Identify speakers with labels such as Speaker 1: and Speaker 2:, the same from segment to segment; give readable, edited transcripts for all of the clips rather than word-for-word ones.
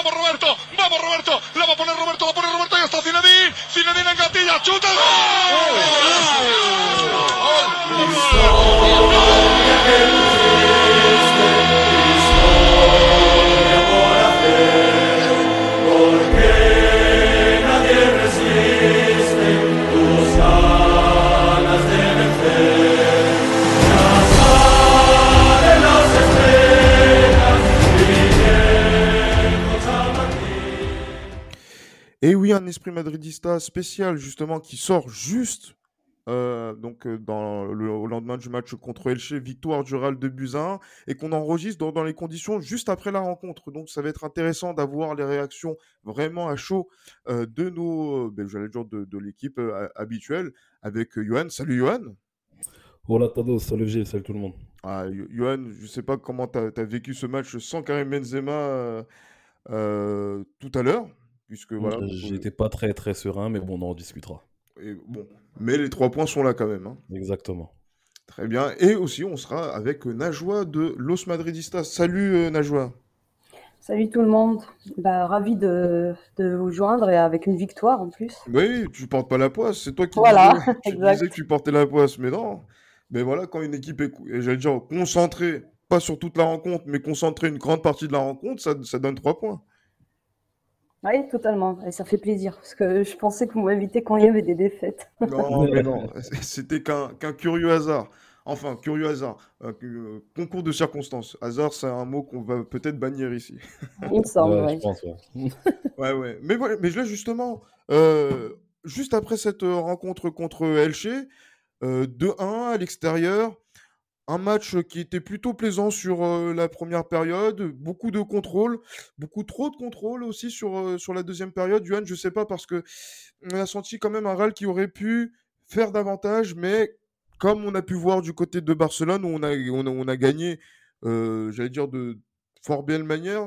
Speaker 1: vamos Roberto, la va a poner Roberto, la pone Roberto y está Zinedine, Zinedine engatilla, chuta,
Speaker 2: Et oui, un esprit madridista spécial, justement, qui sort juste au lendemain du match contre Elche, victoire du Real 2-1, et qu'on enregistre dans les conditions juste après la rencontre. Donc, ça va être intéressant d'avoir les réactions vraiment à chaud de j'allais dire de l'équipe habituelle, avec Johan. Salut Johan.
Speaker 3: Hola a todos, salut Gilles, salut tout le monde.
Speaker 2: Johan, je ne sais pas comment tu as vécu ce match sans Karim Benzema tout à l'heure, puisque voilà.
Speaker 3: J'étais pas très très serein, mais bon, on en discutera.
Speaker 2: Mais les 3 points sont là quand même. Hein.
Speaker 3: Exactement.
Speaker 2: Très bien. Et aussi, on sera avec Najwa de Los Madridistas. Salut Najwa.
Speaker 4: Salut tout le monde. Ravi de vous joindre et avec une victoire en plus.
Speaker 2: Oui, tu portes pas la poisse. C'est toi qui disais que tu portais la poisse. Mais non. Mais voilà, quand une équipe est, j'allais dire, concentrée, pas sur toute la rencontre, mais concentrée une grande partie de la rencontre, ça donne 3 points.
Speaker 4: Oui, totalement. Et ça fait plaisir, parce que je pensais que vous m'invitez quand il y avait des défaites.
Speaker 2: Non, mais non. C'était qu'un curieux hasard. Enfin, curieux hasard. Concours de circonstances. Hasard, c'est un mot qu'on va peut-être bannir ici.
Speaker 4: Il me semble,
Speaker 3: ouais. Je pense, ouais.
Speaker 2: Ouais. Mais voilà, mais là, justement, juste après cette rencontre contre Elche, 2-1 à l'extérieur, un match qui était plutôt plaisant sur la première période, beaucoup de contrôle, beaucoup trop de contrôle aussi sur la deuxième période. Yoann, je sais pas, parce que on a senti quand même un Real qui aurait pu faire davantage, mais comme on a pu voir du côté de Barcelone, où on a gagné, j'allais dire de fort belle manière,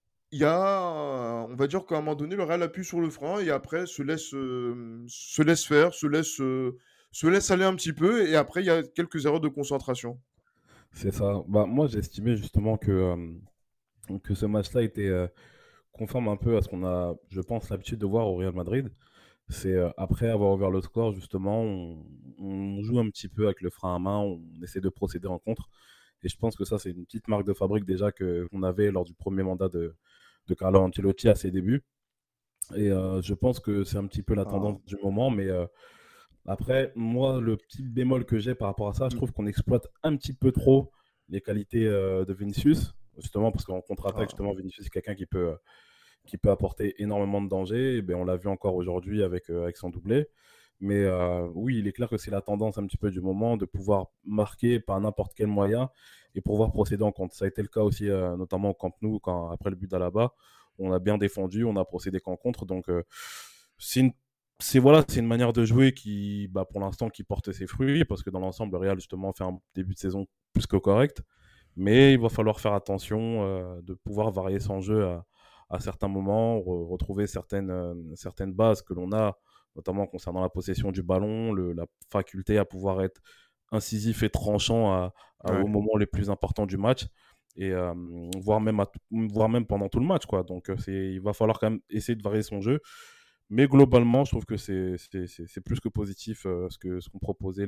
Speaker 2: on va dire qu'à un moment donné, le Real appuie sur le frein et après se laisse faire, se laisse aller un petit peu, et après il y a quelques erreurs de concentration.
Speaker 3: C'est ça. Moi, j'estimais justement que ce match-là était conforme un peu à ce qu'on a, je pense, l'habitude de voir au Real Madrid. C'est après avoir ouvert le score, justement, on joue un petit peu avec le frein à main, on essaie de procéder en contre. Et je pense que ça, c'est une petite marque de fabrique déjà qu'on avait lors du premier mandat de Carlo Ancelotti à ses débuts. Et je pense que c'est un petit peu la tendance du moment. Mais après, moi, le petit bémol que j'ai par rapport à ça, je trouve qu'on exploite un petit peu trop les qualités de Vinicius. Justement, parce qu'en contre-attaque, justement, Vinicius, c'est quelqu'un qui peut apporter énormément de danger. Et on l'a vu encore aujourd'hui avec son doublé. Mais oui, il est clair que c'est la tendance un petit peu du moment de pouvoir marquer par n'importe quel moyen et pouvoir procéder en contre. Ça a été le cas aussi, notamment au Camp Nou, après le but d'Alaba. On a bien défendu, on a procédé qu'en contre. Donc, c'est une manière de jouer qui, pour l'instant, qui porte ses fruits, parce que dans l'ensemble, le Real, justement, fait un début de saison plus que correct. Mais il va falloir faire attention de pouvoir varier son jeu à certains moments, retrouver certaines bases que l'on a, notamment concernant la possession du ballon, la faculté à pouvoir être incisif et tranchant aux moments les plus importants du match, et voire même pendant tout le match, quoi. Donc il va falloir quand même essayer de varier son jeu. Mais globalement, je trouve que c'est plus que positif ce qu'ont proposé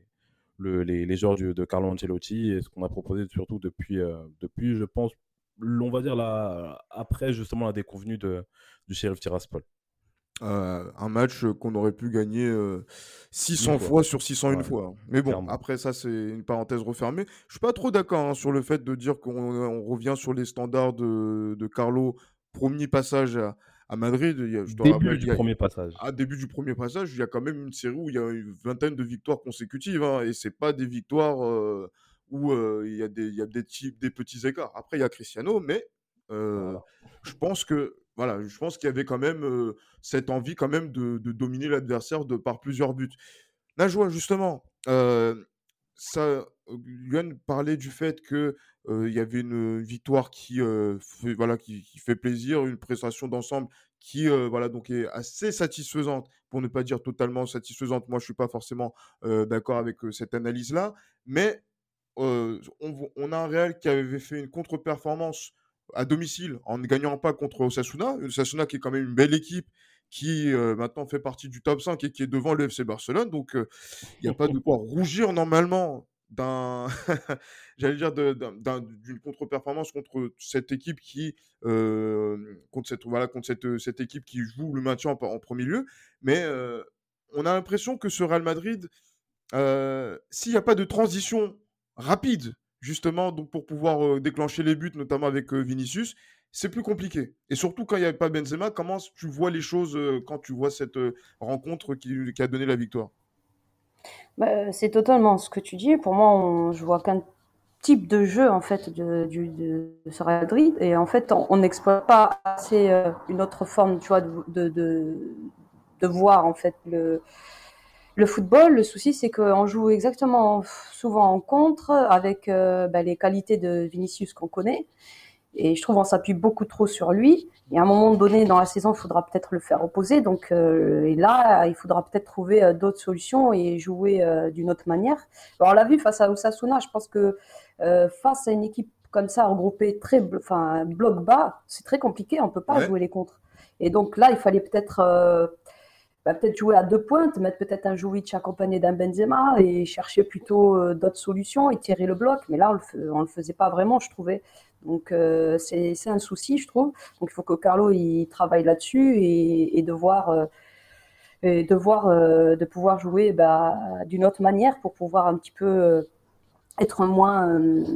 Speaker 3: les joueurs de Carlo Ancelotti, et ce qu'on a proposé surtout depuis, je pense, on va dire après justement la déconvenue du Sheriff Tiraspol.
Speaker 2: Un match qu'on aurait pu gagner 600 fois sur 601 fois. Mais bon, clairement. Après ça, c'est une parenthèse refermée. Je suis pas trop d'accord sur le fait de dire qu'on revient sur les standards de Carlo, premier passage à Madrid.
Speaker 3: Début du premier passage.
Speaker 2: Début du premier passage, il y a quand même une série où il y a une vingtaine de victoires consécutives, et c'est pas des victoires où il y a des petits écarts. Après, il y a Cristiano, mais je pense qu'il y avait quand même cette envie quand même de dominer l'adversaire par plusieurs buts. Najwa, justement, Yoann parlait du fait que il y avait une victoire qui fait plaisir, une prestation d'ensemble qui donc est assez satisfaisante, pour ne pas dire totalement satisfaisante. Moi, je suis pas forcément d'accord avec cette analyse-là, mais on a un Real qui avait fait une contre-performance à domicile en ne gagnant pas contre Osasuna. Osasuna qui est quand même une belle équipe qui maintenant fait partie du top 5 et qui est devant le FC Barcelone. Donc, il n'y a pas de quoi rougir normalement j'allais dire, d'une contre-performance contre cette équipe contre cette équipe qui joue le maintien en premier lieu. Mais on a l'impression que ce Real Madrid, s'il n'y a pas de transition rapide, justement, donc pour pouvoir déclencher les buts, notamment avec Vinicius, c'est plus compliqué. Et surtout quand il n'y a pas Benzema, comment tu vois les choses quand tu vois cette rencontre qui a donné la victoire?
Speaker 4: Bah, c'est totalement ce que tu dis. Pour moi, je vois qu'un type de jeu en fait de ce Real Madrid, et en fait on n'exploite pas assez une autre forme, tu vois, de voir en fait le football. Le souci, c'est qu'on joue exactement souvent en contre avec les qualités de Vinicius qu'on connaît. Et je trouve qu'on s'appuie beaucoup trop sur lui. Et à un moment donné dans la saison, il faudra peut-être le faire reposer. Donc, et là, il faudra peut-être trouver d'autres solutions et jouer d'une autre manière. Alors, on l'a vu face à Osasuna. Je pense que face à une équipe comme ça, regroupée bloc bas, c'est très compliqué. On peut pas
Speaker 2: Ouais.
Speaker 4: jouer les contres. Et donc là, il fallait peut-être jouer à 2 pointes, mettre peut-être un Jovic accompagné d'un Benzema et chercher plutôt d'autres solutions et tirer le bloc. Mais là, on le faisait pas vraiment, je trouvais. Donc c'est un souci, je trouve. Donc il faut que Carlo il travaille là-dessus et de pouvoir jouer d'une autre manière pour pouvoir un petit peu être moins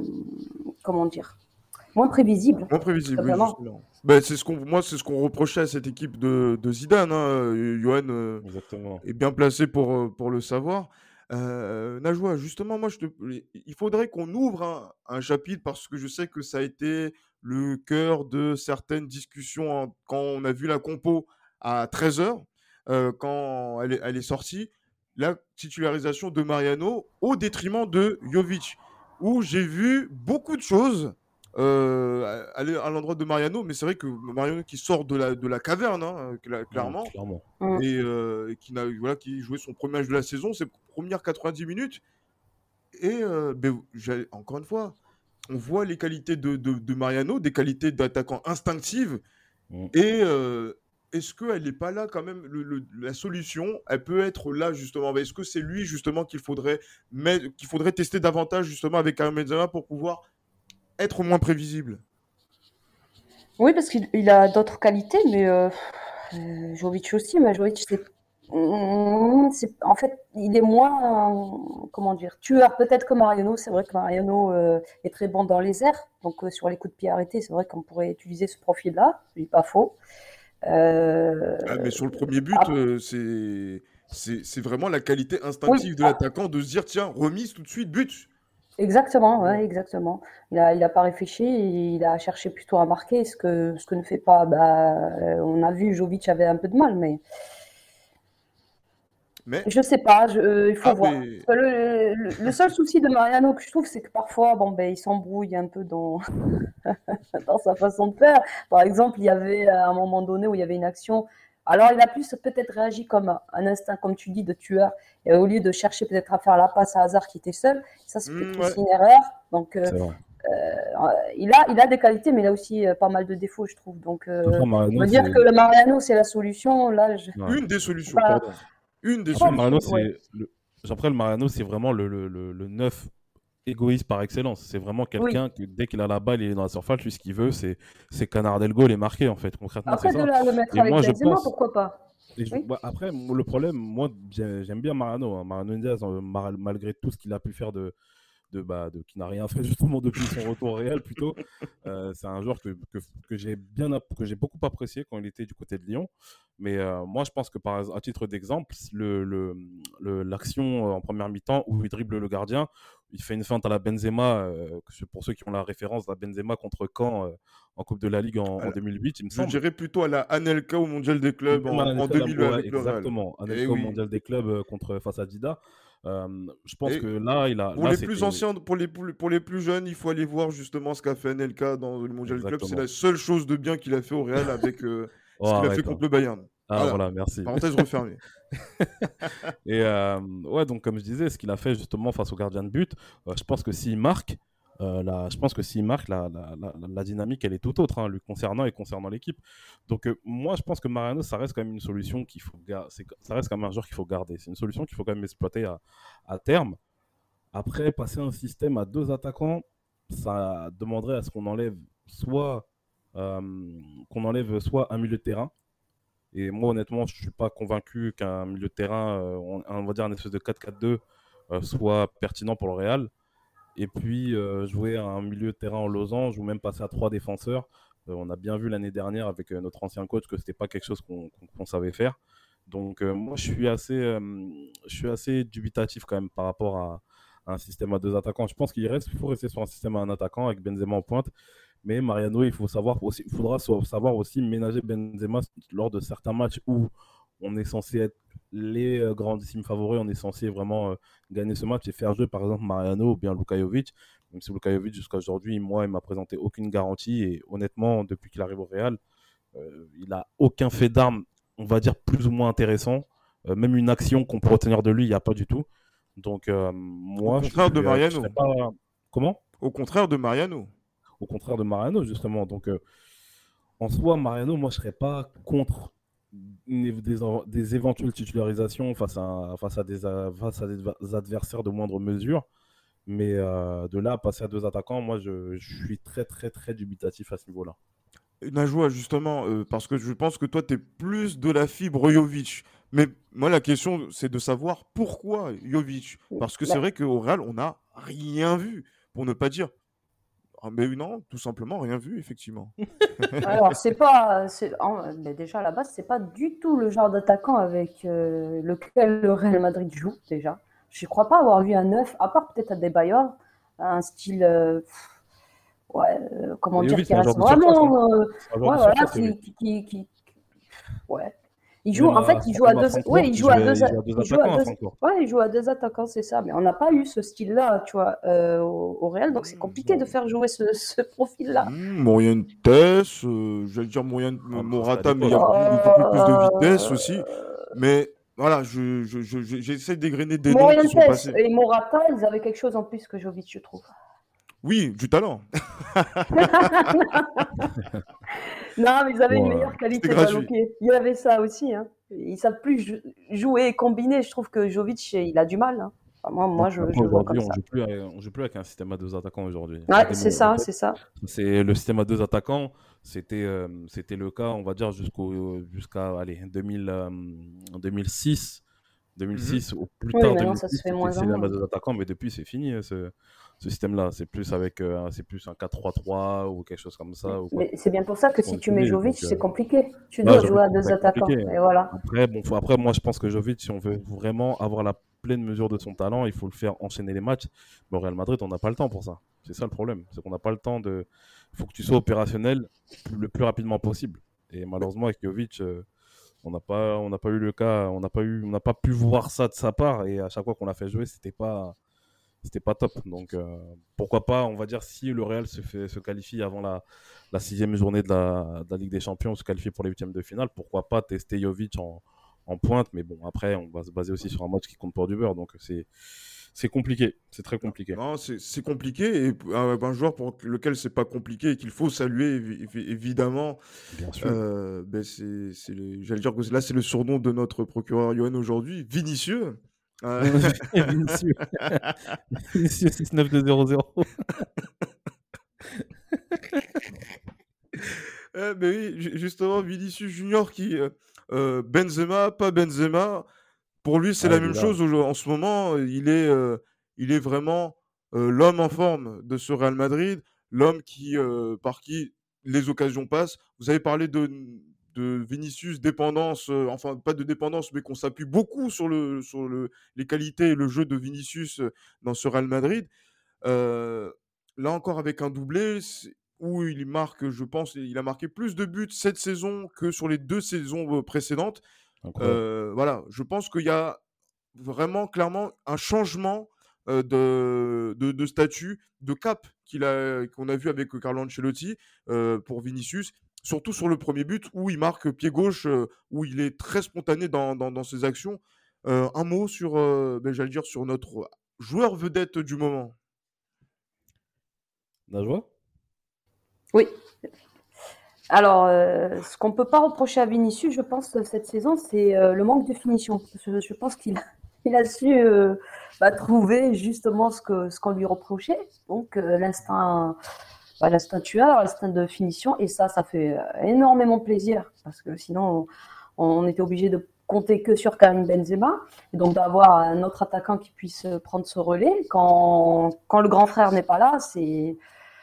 Speaker 4: moins prévisible.
Speaker 2: Moins prévisible, oui,
Speaker 4: Simplement.
Speaker 2: justement. C'est ce qu'on reprochait à cette équipe de Zidane. Johan
Speaker 3: Exactement.
Speaker 2: est bien placé pour le savoir. Najwa, justement, il faudrait qu'on ouvre un chapitre parce que je sais que ça a été le cœur de certaines discussions quand on a vu la compo à 13h, quand elle est sortie, la titularisation de Mariano au détriment de Jovic, où j'ai vu beaucoup de choses à l'endroit de Mariano, mais c'est vrai que Mariano qui sort de la caverne, clairement,
Speaker 3: Clairement.
Speaker 2: et qui jouait son premier match de la saison, ses premières 90 minutes. Et encore une fois, on voit les qualités de Mariano, des qualités d'attaquant instinctive.
Speaker 3: Mm.
Speaker 2: Et est-ce qu'elle n'est pas là quand même la solution, elle peut être là justement. Est-ce que c'est lui justement qu'il faudrait tester davantage justement avec Karim Benzema pour pouvoir être moins prévisible?
Speaker 4: Oui, parce qu'il a d'autres qualités, mais Jovic aussi. Mais Jovic, en fait, il est moins, tueur peut-être que Mariano. C'est vrai que Mariano est très bon dans les airs, donc sur les coups de pied arrêtés, c'est vrai qu'on pourrait utiliser ce profil-là. C'est pas faux.
Speaker 2: Mais sur le premier but,
Speaker 4: Après,
Speaker 2: c'est vraiment la qualité
Speaker 4: oui,
Speaker 2: instinctive de l'attaquant de se dire tiens, remise tout de suite, but.
Speaker 4: exactement,
Speaker 2: Ouais.
Speaker 4: ouais, exactement. Il a pas réfléchi, il a cherché plutôt à marquer, ce que ne fait pas. On a vu Jovic avait un peu de mal, mais
Speaker 2: Mais
Speaker 4: je sais pas, il faut voir.
Speaker 2: mais
Speaker 4: Parce que le seul souci de Mariano que je trouve, c'est que parfois, il s'embrouille un peu dans, dans sa façon de faire. Par exemple, il y avait à un moment donné où il y avait une action. Alors, il a plus peut-être réagi comme un instinct, comme tu dis, de tueur. Et au lieu de chercher peut-être à faire la passe à Hazard qui était seul, ça c'est peut-être
Speaker 2: ouais.
Speaker 4: aussi une erreur. Donc,
Speaker 3: C'est vrai.
Speaker 4: il a des qualités, mais il a aussi pas mal de défauts, je trouve. Donc,
Speaker 3: Après, Mariano,
Speaker 4: me dire
Speaker 3: c'est.
Speaker 4: que le Mariano c'est la solution, là,
Speaker 3: Ouais.
Speaker 2: Une des
Speaker 4: je sais
Speaker 2: solutions,
Speaker 4: pas.
Speaker 2: pardon. Une des
Speaker 4: Je pense,
Speaker 3: Après, Mariano,
Speaker 2: solutions.
Speaker 4: ouais.
Speaker 3: Après, le Mariano, c'est vraiment le neuf égoïste par excellence. C'est vraiment
Speaker 4: Oui.
Speaker 3: quelqu'un que dès qu'il a la balle, il est dans la surface. Lui, ce qu'il veut, c'est canarder le goal et marquer, en fait. Concrètement,
Speaker 4: Après,
Speaker 3: c'est
Speaker 4: de
Speaker 3: ça.
Speaker 4: là, le mettre
Speaker 3: Et
Speaker 4: avec
Speaker 3: moi, je
Speaker 4: Benzema,
Speaker 3: pense.
Speaker 4: pourquoi pas? Oui.
Speaker 3: Après, le problème, moi, j'aime bien Mariano. Mariano Diaz, malgré tout ce qu'il a pu faire qui n'a rien fait justement depuis son retour au Real plutôt. C'est un joueur que j'ai beaucoup apprécié quand il était du côté de Lyon. Mais moi, je pense que à titre d'exemple, l'action en première mi-temps où il dribble le gardien, il fait une feinte à la Benzema, pour ceux qui ont la référence, la Benzema contre Caen en Coupe de la Ligue en 2008, il me
Speaker 2: Je
Speaker 3: semble.
Speaker 2: dirais plutôt à la Anelka au Mondial des clubs en 2000 avec le Real.
Speaker 3: Exactement. Anelka
Speaker 2: Eh
Speaker 3: au
Speaker 2: oui.
Speaker 3: Mondial des clubs face à Dida. Je pense
Speaker 2: Et
Speaker 3: que là,
Speaker 2: pour les plus anciens, pour les plus jeunes, il faut aller voir justement ce qu'a fait Anelka dans le Mondial des clubs. C'est
Speaker 3: Exactement.
Speaker 2: la seule chose de bien qu'il a fait au Real avec ce
Speaker 3: Oh,
Speaker 2: qu'il a fait
Speaker 3: arrête,
Speaker 2: contre
Speaker 3: hein.
Speaker 2: le Bayern.
Speaker 3: Ah, voilà, merci.
Speaker 2: Parenthèse refermée.
Speaker 3: Et ouais, donc comme je disais, ce qu'il a fait justement face au gardien de but, je pense que s'il marque, Je pense que s'il marque, la dynamique, elle est tout autre, hein, lui concernant et concernant l'équipe. Donc, moi, je pense que Mariano, ça reste quand même une solution qu'il faut garder. Ça reste quand même un joueur qu'il faut garder. C'est une solution qu'il faut quand même exploiter à terme. Après, passer un système à 2 attaquants, ça demanderait à ce soit, euh, qu'on enlève soit un milieu de terrain. Et moi, honnêtement, je ne suis pas convaincu qu'un milieu de terrain, on va dire un espèce de 4-4-2, soit pertinent pour le Real. Et puis, jouer un milieu de terrain en losange ou même passer à 3 défenseurs. On a bien vu l'année dernière avec notre ancien coach que ce n'était pas quelque chose qu'on savait faire. Donc, moi, je suis assez dubitatif quand même par rapport à un système à 2 attaquants. Je pense faut rester sur un système à un attaquant avec Benzema en pointe. Mais Mariano, il faudra savoir aussi ménager Benzema lors de certains matchs où on est censé être les grandissimes favoris, on est censé vraiment gagner ce match et faire jouer par exemple Mariano ou bien Luka Jovic. Même si Luka Jovic jusqu'à aujourd'hui, moi, il m'a présenté aucune garantie et honnêtement, depuis qu'il arrive au Real, il a aucun fait d'armes, on va dire plus ou moins intéressant. Même une action qu'on peut retenir de lui, il n'y a pas du tout. Donc
Speaker 2: Au
Speaker 3: moi,
Speaker 2: contraire de
Speaker 3: je
Speaker 2: Mariano.
Speaker 3: serais pas. Comment?
Speaker 2: Au contraire de Mariano.
Speaker 3: Au contraire de Mariano, justement. Donc, en soi, Mariano, moi, je ne serais pas contre des éventuelles titularisations face à des adversaires de moindre mesure. Mais de là à passer à 2 attaquants, moi, je suis très, très, très dubitatif à ce niveau-là.
Speaker 2: Najwa, justement, parce que je pense que toi, tu es plus de la fibre Jovic. Mais moi, la question, c'est de savoir pourquoi Jovic. Parce que c'est
Speaker 4: Bah,
Speaker 2: vrai qu'au Real, on n'a rien vu. Pour ne pas dire. Ah, mais non, tout simplement, rien vu, effectivement.
Speaker 4: alors, mais déjà à la base, c'est pas du tout le genre d'attaquant avec lequel le Real Madrid joue déjà. Je crois pas avoir vu un neuf, à part peut-être à Adebayor, un style, ouais, comment
Speaker 3: Et
Speaker 4: dire,
Speaker 3: Jovic,
Speaker 4: qui
Speaker 3: c'est un joueur
Speaker 4: reste
Speaker 3: de surface. Hein.
Speaker 4: vraiment,
Speaker 3: C'est un joueur
Speaker 4: ouais,
Speaker 3: de
Speaker 4: voilà,
Speaker 3: surface, Jovic.
Speaker 4: ouais. Il joue,
Speaker 3: Même
Speaker 4: en fait,
Speaker 3: à,
Speaker 4: il joue à
Speaker 3: même à
Speaker 4: deux, ouais,
Speaker 3: Francfort, il joue à deux
Speaker 4: il joue à
Speaker 3: attaquants à
Speaker 4: deux,
Speaker 3: Francfort.
Speaker 4: ouais, il joue à deux attaquants, c'est ça. Mais on n'a pas eu ce style-là, tu vois, au Real, donc c'est compliqué de
Speaker 3: Bon,
Speaker 4: faire jouer ce profil-là.
Speaker 2: Moyen de test, j'allais dire
Speaker 3: après, c'était à
Speaker 2: Morata, mais il y a
Speaker 3: l'époque.
Speaker 2: beaucoup plus de vitesse
Speaker 4: Euh,
Speaker 2: aussi. Mais voilà, j'essaie d'égrener des noms qui sont
Speaker 4: Morientes
Speaker 2: passés.
Speaker 4: et Morata, ils avaient quelque chose en plus que Jovic, je trouve.
Speaker 2: Oui, du talent.
Speaker 4: Non, mais ils avaient une
Speaker 3: Bon,
Speaker 4: meilleure
Speaker 2: C'était
Speaker 4: qualité balle au
Speaker 2: gratuit.
Speaker 4: pied. Il y avait ça aussi. Hein. Ils savent plus jouer et combiner. Je trouve que Jovic, il a du mal. Hein. Enfin, moi
Speaker 3: après,
Speaker 4: je le vois
Speaker 3: aujourd'hui,
Speaker 4: comme ça.
Speaker 3: On joue plus avec un système à 2 attaquants aujourd'hui.
Speaker 4: Ouais, c'est
Speaker 3: En
Speaker 4: ça,
Speaker 3: fait,
Speaker 4: c'est ça.
Speaker 3: c'est le système à 2 attaquants. C'était le cas, on va dire, jusqu'à allez, 2006.
Speaker 2: Mhm.
Speaker 3: 2006, au plus
Speaker 4: Oui,
Speaker 3: tard
Speaker 4: maintenant ça
Speaker 3: 2006,
Speaker 4: se fait
Speaker 3: c'était le
Speaker 4: moins en
Speaker 3: système à
Speaker 4: moins.
Speaker 3: 2 attaquants, mais depuis, c'est fini, ce système-là. C'est plus un 4-3-3 ou quelque chose comme ça. Ou quoi
Speaker 4: Mais c'est bien pour ça que si
Speaker 3: qu'on
Speaker 4: tu mets
Speaker 3: utilise.
Speaker 4: Jovic,
Speaker 3: Donc,
Speaker 4: c'est compliqué. Tu
Speaker 3: là,
Speaker 4: dois jouer
Speaker 3: Jovic,
Speaker 4: à
Speaker 3: c'est
Speaker 4: deux
Speaker 3: très compliqué.
Speaker 4: attaquants. Et voilà.
Speaker 3: Après, bon, après, moi, je pense que Jovic, si on veut vraiment avoir la pleine mesure de son talent, il faut le faire enchaîner les matchs. Mais au Real Madrid, on n'a pas le temps pour ça. C'est ça le problème. C'est qu'on n'a pas le temps de. Il faut que tu sois opérationnel le plus rapidement possible. Et malheureusement, avec Jovic, on n'a pas eu le cas, on n'a pas pu voir ça de sa part. Et à chaque fois qu'on l'a fait jouer, c'était pas top. Donc, pourquoi pas, on va dire, si le Real se qualifie avant la 6e journée de la Ligue des Champions, se qualifie pour les 8e de finale, pourquoi pas tester Jovic en pointe. Mais bon, après, on va se baser aussi sur un match qui compte pour du beurre. Donc, c'est compliqué. C'est très compliqué.
Speaker 2: Non, c'est compliqué. Et un joueur pour lequel c'est pas compliqué et qu'il faut saluer, évidemment,
Speaker 3: Bien sûr.
Speaker 2: ben j'allais dire que là, c'est le surnom de notre procureur Johan aujourd'hui, Vinicius.
Speaker 3: Vinicius. Vinicius 69200.
Speaker 2: Ben oui, justement, Vinicius Junior qui Benzema, pas Benzema. Pour lui, c'est
Speaker 3: Ah,
Speaker 2: la
Speaker 3: il est
Speaker 2: même
Speaker 3: là.
Speaker 2: chose. En ce moment, il est vraiment l'homme en forme de ce Real Madrid, l'homme par qui les occasions passent. Vous avez parlé de Vinicius, dépendance, enfin pas de dépendance, mais qu'on s'appuie beaucoup les qualités et le jeu de Vinicius dans ce Real Madrid. Euh, Là encore avec un doublé où il marque, je pense, il a marqué plus de buts cette saison que sur les 2 saisons précédentes.
Speaker 3: Incroyable.
Speaker 2: Voilà, je pense qu'il y a vraiment clairement un changement de statut, de cap qu'on a vu avec Carlo Ancelotti pour Vinicius, surtout sur le premier but où il marque pied gauche, où il est très spontané dans ses actions. Un mot sur, j'allais dire, sur notre joueur vedette du moment.
Speaker 3: Najwa?
Speaker 4: Oui. Alors, ce qu'on ne peut pas reprocher à Vinicius, je pense, cette saison, c'est le manque de finition. Je pense qu'il a su trouver justement ce qu'on lui reprochait. Donc, l'instinct tueur, l'instinct de finition. Et ça fait énormément plaisir. Parce que sinon, on était obligé de compter que sur Karim Benzema. Et donc, d'avoir un autre attaquant qui puisse prendre ce relais quand le grand frère n'est pas là, c'est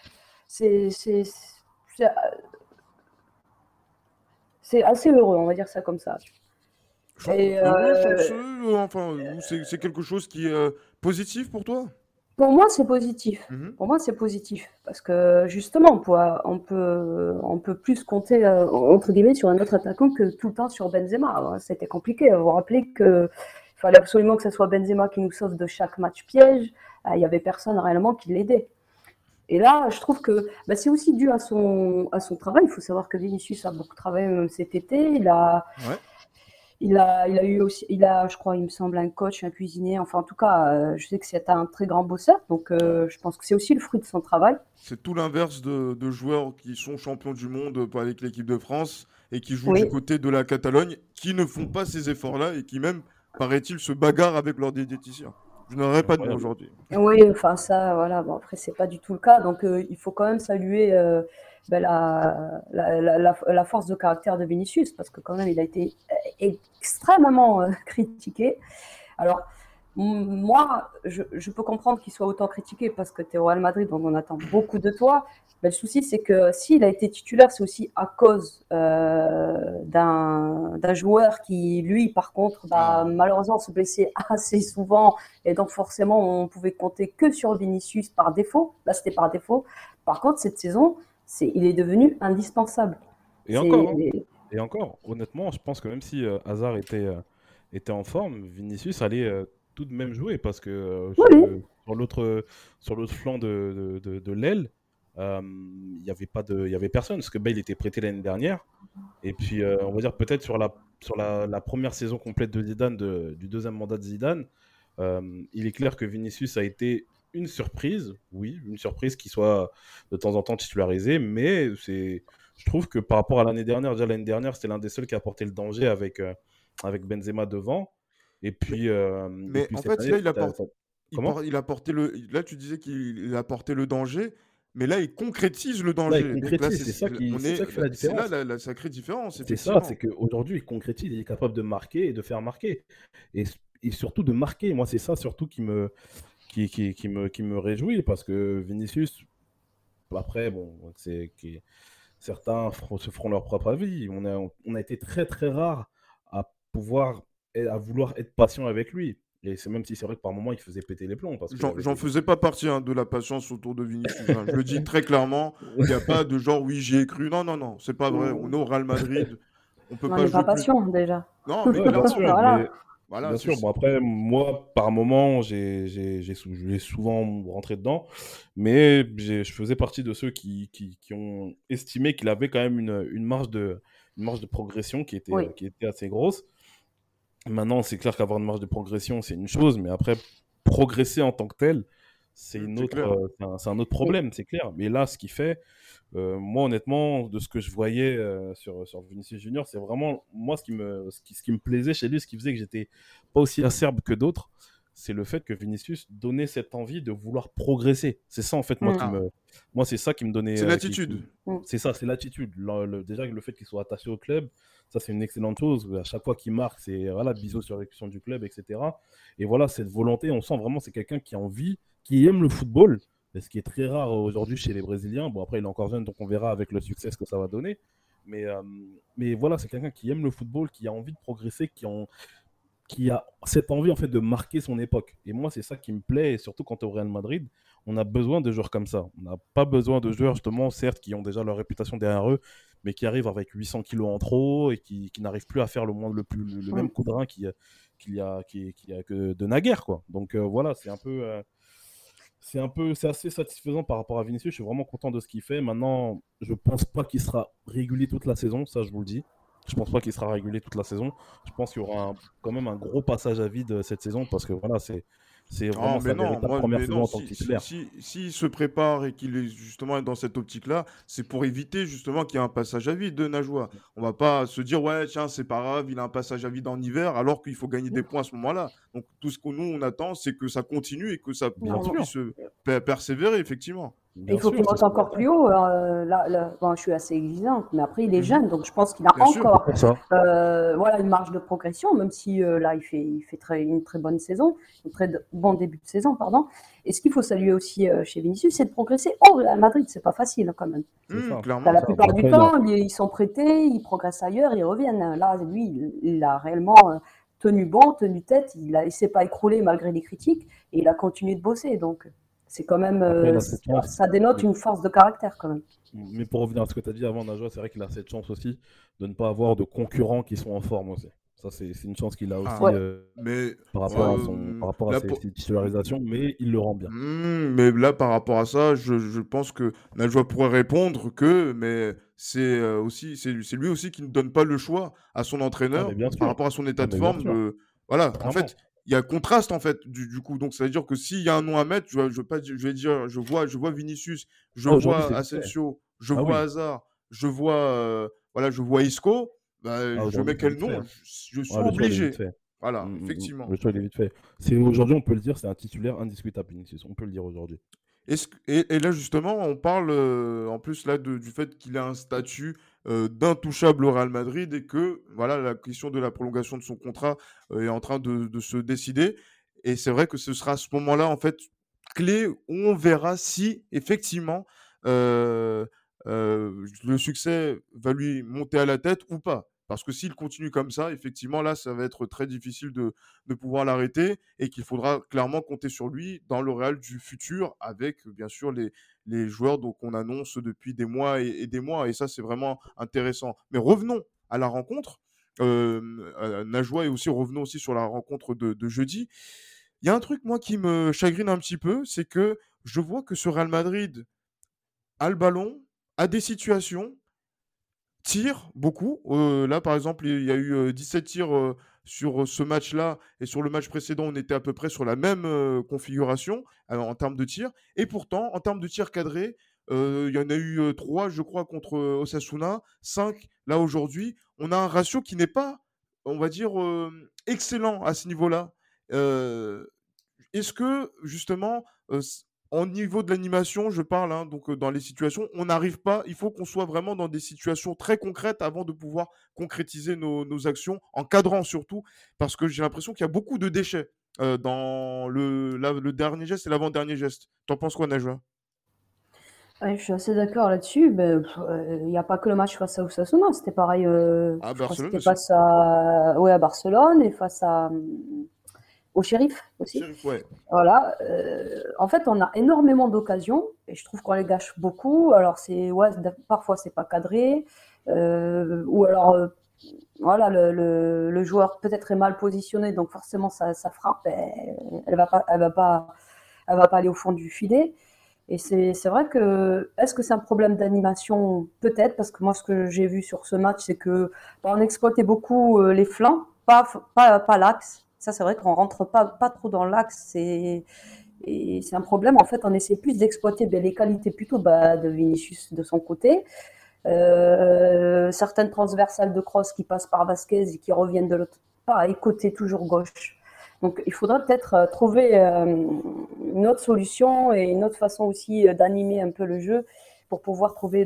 Speaker 4: assez heureux, on va dire ça comme ça. Et
Speaker 2: Heureux, chanceux, enfin, ou c'est quelque chose qui est positif pour toi?
Speaker 4: pour moi, c'est positif.
Speaker 2: Mhm.
Speaker 4: Pour moi, c'est positif parce que justement, on peut plus compter entre guillemets sur un autre attaquant que tout le temps sur Benzema. C'était compliqué. Vous vous rappelez que il fallait absolument que ce soit Benzema qui nous sauve de chaque match piège. Il y avait personne réellement qui l'aidait. Et là, je trouve que c'est aussi dû à son travail. Il faut savoir que Vinicius a beaucoup travaillé même cet été.
Speaker 2: Ouais.
Speaker 4: Il a eu aussi, je crois, il me semble, un coach, un cuisinier. Enfin, en tout cas, je sais que c'est un très grand bosseur. Donc, je pense que c'est aussi le fruit de son travail.
Speaker 2: C'est tout l'inverse de joueurs qui sont champions du monde avec l'équipe de France et qui jouent du
Speaker 4: Oui,
Speaker 2: côté de la Catalogne, qui ne font pas ces efforts-là et qui même, paraît-il, se bagarrent avec leurs diététiciens. Je n'aurais pas de mots
Speaker 3: Incroyable.
Speaker 2: aujourd'hui.
Speaker 4: oui, enfin ça, voilà. Bon, après, c'est pas du tout le cas. Donc, il faut quand même saluer la force de caractère de Vinicius, parce que quand même, il a été extrêmement critiqué. Alors, moi, je peux comprendre qu'il soit autant critiqué parce que tu es au Real Madrid, donc on attend beaucoup de toi. Mais le souci, c'est que s'il a été titulaire, c'est aussi à cause d'un joueur qui, lui, par contre,
Speaker 2: Ah.
Speaker 4: malheureusement, se blessait assez souvent. Et donc, forcément, on pouvait compter que sur Vinicius par défaut. Là, c'était par défaut. Par contre, cette saison, il est devenu indispensable.
Speaker 3: Et encore, hein.
Speaker 4: C'est...
Speaker 3: Et encore, honnêtement, je pense que même si Hazard était en forme, Vinicius allait tout de même jouer parce que
Speaker 4: Oui, oui.
Speaker 3: sur l'autre flanc de l'aile, il y avait pas il y avait personne parce que Bale était prêté l'année dernière. Et puis, on va dire peut-être sur la première saison complète de Zidane, du deuxième mandat de Zidane, il est clair que Vinicius a été une surprise, oui, une surprise qui soit de temps en temps titularisé, mais je trouve que par rapport à l'année dernière, déjà l'année dernière, c'était l'un des seuls qui a apporté le danger avec Benzema devant. Et puis,
Speaker 2: Mais en
Speaker 3: cette
Speaker 2: fait,
Speaker 3: année,
Speaker 2: là,
Speaker 3: comment?
Speaker 2: il a porté là, tu disais qu'il a porté le danger, mais là, il concrétise le
Speaker 3: Là, il
Speaker 2: danger. Donc là,
Speaker 3: concrétise, c'est ça qui fait la
Speaker 2: c'est là
Speaker 3: différence.
Speaker 2: la sacrée différence,
Speaker 3: C'est ça, c'est
Speaker 2: effectivement.
Speaker 3: qu'aujourd'hui, il concrétise, il est capable de marquer et de faire marquer. Et, et surtout de marquer. Moi, c'est ça surtout qui me réjouit parce que Vinicius, après, bon, certains se feront leur propre avis. On a été très très rare à à vouloir être patient avec lui. Et c'est même si c'est vrai que par moments il faisait péter les plombs parce qu'il avait
Speaker 2: J'en
Speaker 3: des.
Speaker 2: faisais pas partie hein, de la patience autour de Vinicius. Hein. Je le dis très clairement, il n'y a pas de genre oui, j'y ai cru. Non, non, non, c'est pas vrai. On est au Real Madrid, on peut
Speaker 4: On
Speaker 2: pas
Speaker 4: n'est pas
Speaker 2: jouer plus.
Speaker 4: patient déjà.
Speaker 2: Non, mais
Speaker 3: Ouais, bien
Speaker 2: clairement.
Speaker 3: sûr,
Speaker 4: Voilà.
Speaker 3: mais
Speaker 2: Voilà,
Speaker 3: bien sûr. Bon après, moi par moments je vais souvent rentrer dedans, mais je faisais partie de ceux qui ont estimé qu'il avait quand même une marge de progression
Speaker 4: Oui.
Speaker 3: qui était assez grosse. Maintenant, c'est clair qu'avoir une marge de progression, c'est une chose, mais après, progresser en tant que tel,
Speaker 2: c'est clair.
Speaker 3: c'est un autre
Speaker 4: Oui.
Speaker 3: problème, c'est clair. Mais là, ce qu'il fait, moi, honnêtement, de ce que je voyais sur Vinicius Junior, c'est vraiment, moi, ce qui me plaisait chez lui, ce qui faisait que j'étais pas aussi acerbe que d'autres, c'est le fait que Vinicius donnait cette envie de vouloir progresser. C'est ça, en fait,
Speaker 4: Mm.
Speaker 2: Ah,
Speaker 3: moi, c'est ça qui me donnait.
Speaker 2: c'est l'attitude.
Speaker 3: C'est ça, c'est l'attitude. Déjà, le fait qu'il soit attaché au club, ça, c'est une excellente chose. À chaque fois qu'il marque, c'est voilà, bisous sur l'exécution du club, etc. Et voilà, cette volonté, on sent vraiment c'est quelqu'un qui a envie, qui aime le football, ce qui est très rare aujourd'hui chez les Brésiliens. Bon, après, il est encore jeune, donc on verra avec le succès ce que ça va donner. Mais voilà, c'est quelqu'un qui aime le football, qui a envie de progresser, qui a cette envie en fait de marquer son époque. Et moi, c'est ça qui me plaît, et surtout quand tu es au Real Madrid, on a besoin de joueurs comme ça. On n'a pas besoin de joueurs, justement, certes, qui ont déjà leur réputation derrière eux, mais qui arrivent avec 800 kilos en trop et qui n'arrivent plus à faire le même
Speaker 4: Mm.
Speaker 3: coup de rein qu'il y a que de naguère, quoi. Donc voilà, c'est assez satisfaisant par rapport à Vinicius. Je suis vraiment content de ce qu'il fait. Maintenant, je pense pas qu'il sera régulier toute la saison, ça je vous le dis. Je pense pas qu'il sera régulier toute la saison. Je pense qu'il y aura quand même un gros passage à vide cette saison parce que voilà, C'est
Speaker 2: Non,
Speaker 3: vraiment
Speaker 2: mais
Speaker 3: sa
Speaker 2: non,
Speaker 3: véritable
Speaker 2: moi,
Speaker 3: première
Speaker 2: mais
Speaker 3: saison
Speaker 2: non,
Speaker 3: en tant que titulaire.
Speaker 2: s'il se prépare et qu'il est justement dans cette optique-là, c'est pour éviter justement qu'il y ait un passage à vide de Najwa. On va pas se dire, ouais, tiens, c'est pas grave, il a un passage à vide en hiver, alors qu'il faut gagner des points à ce moment-là. Donc, tout ce que nous, on attend, c'est que ça continue et que ça
Speaker 3: Bien
Speaker 4: Non,
Speaker 3: sûr,
Speaker 2: puisse persévérer, effectivement.
Speaker 4: il
Speaker 3: bien
Speaker 4: faut qu'il
Speaker 3: sûr, c'est
Speaker 4: monte
Speaker 3: ce qu'on
Speaker 4: encore
Speaker 3: attend.
Speaker 4: plus haut. Là, bon, je suis assez exigeante, mais après, il est
Speaker 2: Mhm.
Speaker 4: jeune, donc je pense qu'il a
Speaker 2: Bien sûr.
Speaker 3: C'est
Speaker 4: encore
Speaker 3: pour ça.
Speaker 4: voilà, une marge de progression, même si là, il fait une très bonne saison, un bon début de saison, pardon. Et ce qu'il faut saluer aussi chez Vinicius, c'est de progresser au Real Madrid. C'est pas facile hein, quand même.
Speaker 3: C'est ça,
Speaker 4: La
Speaker 2: Clairement.
Speaker 3: c'est ça. Bah,
Speaker 4: plupart du
Speaker 3: après, là,
Speaker 4: temps, ils sont prêtés, ils progressent ailleurs, ils reviennent. Là, lui, il a réellement tenu bon, tenu tête, il s'est pas écroulé malgré les critiques, et il a continué de bosser. Donc, c'est quand même,
Speaker 3: après, il a cette chance.
Speaker 4: ça dénote une force de caractère quand même.
Speaker 3: Mais pour revenir à ce que tu as dit avant, Najwa, c'est vrai qu'il a cette chance aussi de ne pas avoir de concurrents qui sont en forme aussi. Ça, c'est une chance qu'il a aussi
Speaker 2: Ah,
Speaker 4: Ouais.
Speaker 2: mais
Speaker 3: par
Speaker 2: euh,
Speaker 3: rapport à
Speaker 2: là,
Speaker 3: ses titularisations, mais il le rend bien.
Speaker 2: Mais là, par rapport à ça, je pense que Najwa pourrait répondre que, mais c'est lui aussi qui ne donne pas le choix à son
Speaker 3: Ah,
Speaker 2: entraîneur
Speaker 3: mais bien
Speaker 2: par
Speaker 3: sûr.
Speaker 2: rapport à son état
Speaker 3: Ah,
Speaker 2: de
Speaker 3: mais bien
Speaker 2: forme.
Speaker 3: sûr.
Speaker 2: Voilà, en
Speaker 3: Clairement.
Speaker 2: fait, il y a contraste en fait du coup. Donc, ça veut dire que s'il y a un nom à mettre, je vais pas, je vais dire, je vois Vinicius, je
Speaker 3: Ah, aujourd'hui,
Speaker 2: vois
Speaker 3: c'est vite fait.
Speaker 2: Asensio, je
Speaker 3: Ah
Speaker 2: vois
Speaker 3: oui.
Speaker 2: Hazard, voilà, je vois Isco. Bah,
Speaker 3: Ah,
Speaker 2: je
Speaker 3: aujourd'hui,
Speaker 2: mets
Speaker 3: c'est
Speaker 2: quel
Speaker 3: vite fait,
Speaker 2: nom?
Speaker 3: hein.
Speaker 2: Je suis
Speaker 3: Ouais, le choix, il est vite
Speaker 2: obligé.
Speaker 3: fait.
Speaker 2: Voilà, effectivement.
Speaker 3: Le choix, il est vite fait. Aujourd'hui, on peut le dire, c'est un titulaire indiscutable, Vinicius. On peut le dire aujourd'hui.
Speaker 2: Et là, justement, on parle en plus là du fait qu'il a un statut d'intouchable au Real Madrid et que voilà, la question de la prolongation de son contrat est en train de se décider. Et c'est vrai que ce sera à ce moment-là, en fait, clé où on verra si effectivement le succès va lui monter à la tête ou pas. Parce que s'il continue comme ça, effectivement, là, ça va être très difficile de pouvoir l'arrêter et qu'il faudra clairement compter sur lui dans le Real du futur avec bien sûr les joueurs qu'on annonce depuis des mois et des mois. Et ça, c'est vraiment intéressant. Mais revenons à la rencontre. Najwa et aussi revenons aussi sur la rencontre de jeudi. Il y a un truc, moi, qui me chagrine un petit peu, c'est que je vois que ce Real Madrid a le ballon, a des situations, tire beaucoup. Là, par exemple, il y a eu 17 tirs sur ce match-là. Et sur le match précédent, on était à peu près sur la même configuration en termes de tirs. Et pourtant, en termes de tirs cadrés, il y en a eu 3, je crois, contre Osasuna, 5 là aujourd'hui. On a un ratio qui n'est pas, on va dire, excellent à ce niveau-là. Euh, Est-ce que, justement, en niveau de l'animation, je parle, hein, donc dans les situations, on n'arrive pas, il faut qu'on soit vraiment dans des situations très concrètes avant de pouvoir concrétiser nos actions, en cadrant surtout, parce que j'ai l'impression qu'il y a beaucoup de déchets dans le dernier geste et l'avant-dernier geste. T'en penses quoi, Najwa?
Speaker 4: Ouais, je suis assez d'accord là-dessus. Il n'y a pas que le match face à Osasuna, c'était pareil.
Speaker 2: À
Speaker 4: Je crois que
Speaker 2: Barcelone
Speaker 4: c'était
Speaker 2: aussi.
Speaker 4: face à, ouais, à Barcelone et face à, au Shérif aussi.
Speaker 2: Sheriff, ouais.
Speaker 4: Voilà. En fait, on a énormément d'occasions et je trouve qu'on les gâche beaucoup. Alors, ouais, parfois, c'est pas cadré. Ou alors, voilà, le joueur peut-être est mal positionné, donc forcément, sa frappe, elle va pas aller au fond du filet. Et c'est vrai que, est-ce que c'est un problème d'animation? Peut-être, parce que moi, ce que j'ai vu sur ce match, c'est que on exploitait beaucoup les flancs, pas l'axe. Ça, c'est vrai qu'on rentre pas trop dans l'axe. Et c'est un problème. En fait, on essaie plus d'exploiter les qualités plutôt de Vinicius de son côté. Certaines transversales de cross qui passent par Vasquez et qui reviennent de l'autre, pareil, côté toujours gauche. Donc il faudrait peut-être trouver une autre solution et une autre façon aussi d'animer un peu le jeu pour pouvoir trouver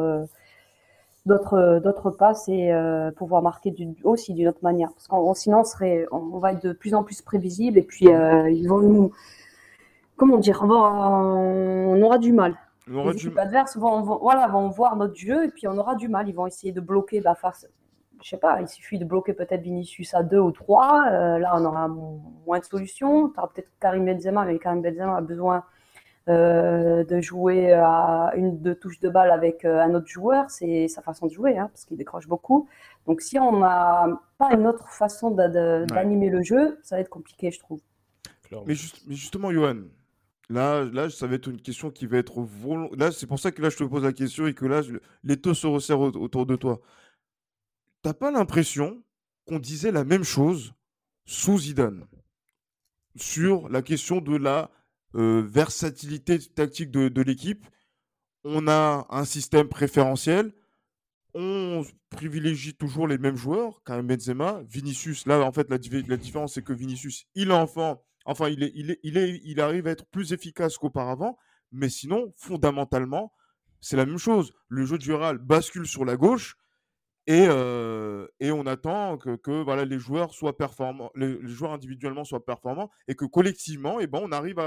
Speaker 4: d'autres passes et pouvoir marquer aussi d'une autre manière. Parce qu'on sinon on va être de plus en plus prévisible et puis ils vont nous, comment dire, on aura du mal.
Speaker 2: On aurait
Speaker 4: Les
Speaker 2: dû...
Speaker 4: équipes adverses vont voir notre jeu et puis on aura du mal. Ils vont essayer de bloquer face. Je sais pas, il suffit de bloquer peut-être Vinicius à 2 ou 3. Là, on aura moins de solutions. Tu auras peut-être Karim Benzema, mais Karim Benzema a besoin de jouer à deux touches de balle avec un autre joueur. C'est sa façon de jouer, hein, parce qu'il décroche beaucoup. Donc, si on n'a pas une autre façon
Speaker 2: Ouais.
Speaker 4: d'animer le jeu, ça va être compliqué, je trouve.
Speaker 3: Clairement.
Speaker 2: Mais justement, Johan, là, ça va être une question qui va être Là, c'est pour ça que là, je te pose la question et que là, l'étau se resserre autour de toi. T'as pas l'impression qu'on disait la même chose sous Zidane? sur la question de la versatilité tactique de l'équipe. On a un système préférentiel. On privilégie toujours les mêmes joueurs, Karim Benzema, Vinicius. Là, en fait, la différence, c'est que Vinicius, il est enfin, il arrive à être plus efficace qu'auparavant. Mais sinon, fondamentalement, c'est la même chose. Le jeu du Real bascule sur la gauche et on attend que voilà, les joueurs soient performants, les joueurs individuellement soient performants et que collectivement, eh ben, on arrive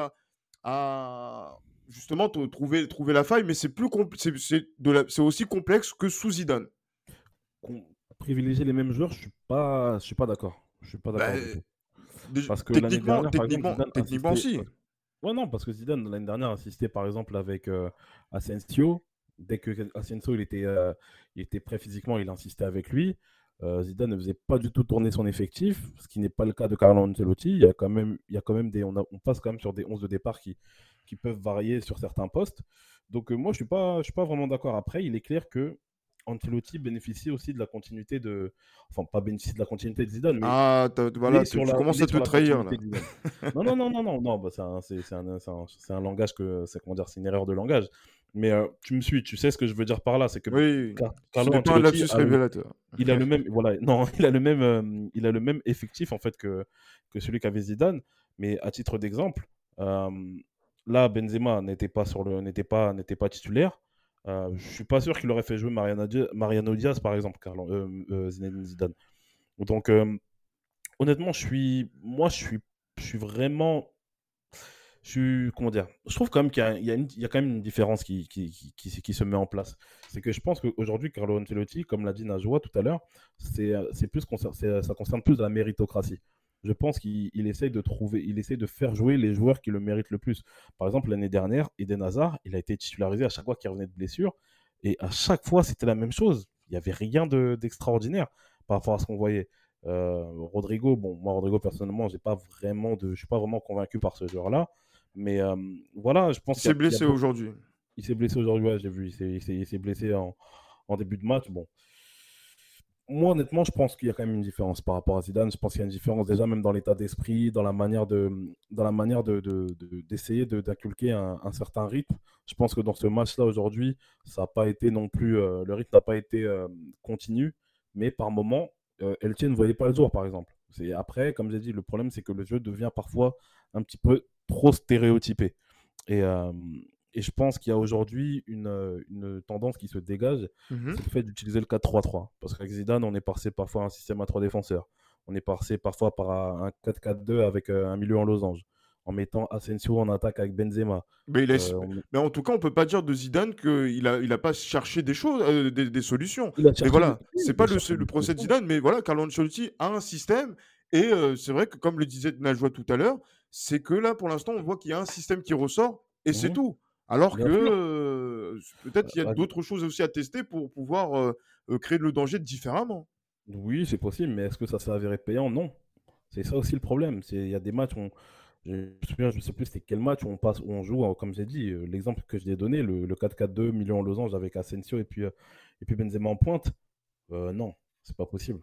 Speaker 2: à justement trouver la faille. Mais c'est c'est aussi complexe que sous Zidane.
Speaker 3: Privilégier les mêmes joueurs, je suis pas d'accord. Je suis pas
Speaker 2: Bah,
Speaker 3: d'accord du tout. Parce que l'année dernière, par exemple, Zidane
Speaker 2: techniquement
Speaker 3: insistait.
Speaker 2: aussi.
Speaker 3: Ouais, non, parce que Zidane, l'année dernière, insistait par exemple avec Asensio. Dès que Asensio il était prêt physiquement, il insistait avec lui. Zidane ne faisait pas du tout tourner son effectif, ce qui n'est pas le cas de Carlo Ancelotti. Il y a quand même on passe quand même sur des 11 de départ qui peuvent varier sur certains postes. Donc moi, je suis pas vraiment d'accord. Après, il est clair que Ancelotti bénéficie aussi de la continuité de. Enfin, pas bénéficie de la continuité de Zidane, mais
Speaker 2: Ah, voilà, tu commences
Speaker 3: il est
Speaker 2: à te
Speaker 3: sur la
Speaker 2: trahir là.
Speaker 3: continuité de Zidane. Non, non, non, non, non, non, bah, c'est un langage comment dire, c'est une erreur de langage. Mais tu sais ce que je veux dire par là, c'est que
Speaker 2: Oui, ce
Speaker 3: Carlo
Speaker 2: n'est pas un
Speaker 3: Ancelotti
Speaker 2: lapsus révélateur.
Speaker 3: il a le même, voilà, non, il a le même effectif en fait que celui qu'avait Zidane. Mais à titre d'exemple, euh, là, Benzema n'était pas titulaire. Je suis pas sûr qu'il aurait fait jouer Mariano Diaz, par exemple, Zinedine Zidane. Donc, honnêtement, je suis vraiment, comment dire, je trouve quand même qu'il y a quand même une différence qui se met en place. C'est que je pense qu'aujourd'hui, Carlo Ancelotti, comme l'a dit Najwa tout à l'heure, ça concerne plus la méritocratie. Je pense qu'il essaye il essaye de faire jouer les joueurs qui le méritent le plus. Par exemple, l'année dernière, Eden Hazard, il a été titularisé à chaque fois qu'il revenait de blessure. Et à chaque fois, c'était la même chose. Il n'y avait rien d'extraordinaire par rapport à ce qu'on voyait. Rodrigo, bon, moi, Rodrigo, personnellement, je suis pas vraiment convaincu par ce joueur-là. Mais voilà, je pense
Speaker 2: Il s'est
Speaker 3: qu'il y a
Speaker 2: blessé aujourd'hui.
Speaker 3: il s'est blessé aujourd'hui, ouais, j'ai vu, il s'est blessé en début de match. Bon, moi, honnêtement, je pense qu'il y a quand même une différence par rapport à Zidane. Je pense qu'il y a une différence déjà même dans l'état d'esprit, dans la manière d'essayer d'inculquer un certain rythme. Je pense que dans ce match-là aujourd'hui, ça n'a pas été non plus, le rythme n'a pas été continu, mais par moment, Elche ne voyait pas le jour, par exemple. Après, comme j'ai dit, le problème, c'est que le jeu devient parfois un petit peu trop stéréotypé. Et, euh, et je pense qu'il y a aujourd'hui une tendance qui se dégage,
Speaker 2: Mhm.
Speaker 3: c'est le fait d'utiliser le 4-3-3. Parce qu'avec Zidane, on est passé parfois à un système à 3 défenseurs. On est passé parfois par un 4-4-2 avec un milieu en losange, en mettant Asensio en attaque avec Benzema.
Speaker 2: Mais,
Speaker 3: On-
Speaker 2: mais en tout cas, on peut pas dire de Zidane qu'il a pas cherché des choses, des solutions.
Speaker 3: Il a
Speaker 2: Mais
Speaker 3: cherché
Speaker 2: voilà, c'est
Speaker 3: il
Speaker 2: pas
Speaker 3: a cherché
Speaker 2: le
Speaker 3: des
Speaker 2: procès de
Speaker 3: solutions.
Speaker 2: Zidane, mais voilà, Carlo Ancelotti a un système. Et c'est vrai que, comme le disait Najwa tout à l'heure, c'est que là, pour l'instant, on voit qu'il y a un système qui ressort et c'est
Speaker 3: Mhm.
Speaker 2: tout. Alors que
Speaker 3: Bien sûr.
Speaker 2: peut-être il y a
Speaker 3: Euh,
Speaker 2: d'autres choses aussi à tester pour pouvoir créer le danger différemment.
Speaker 3: Oui, c'est possible, mais est-ce que ça s'est avéré payant? Non. C'est ça aussi le problème. Il y a des matchs où je me souviens, je ne sais plus c'était quel match où où on joue, comme j'ai dit, l'exemple que je t'ai donné, le 4-4-2, milieu en losange avec Asensio et puis Benzema en pointe. Non, c'est pas possible.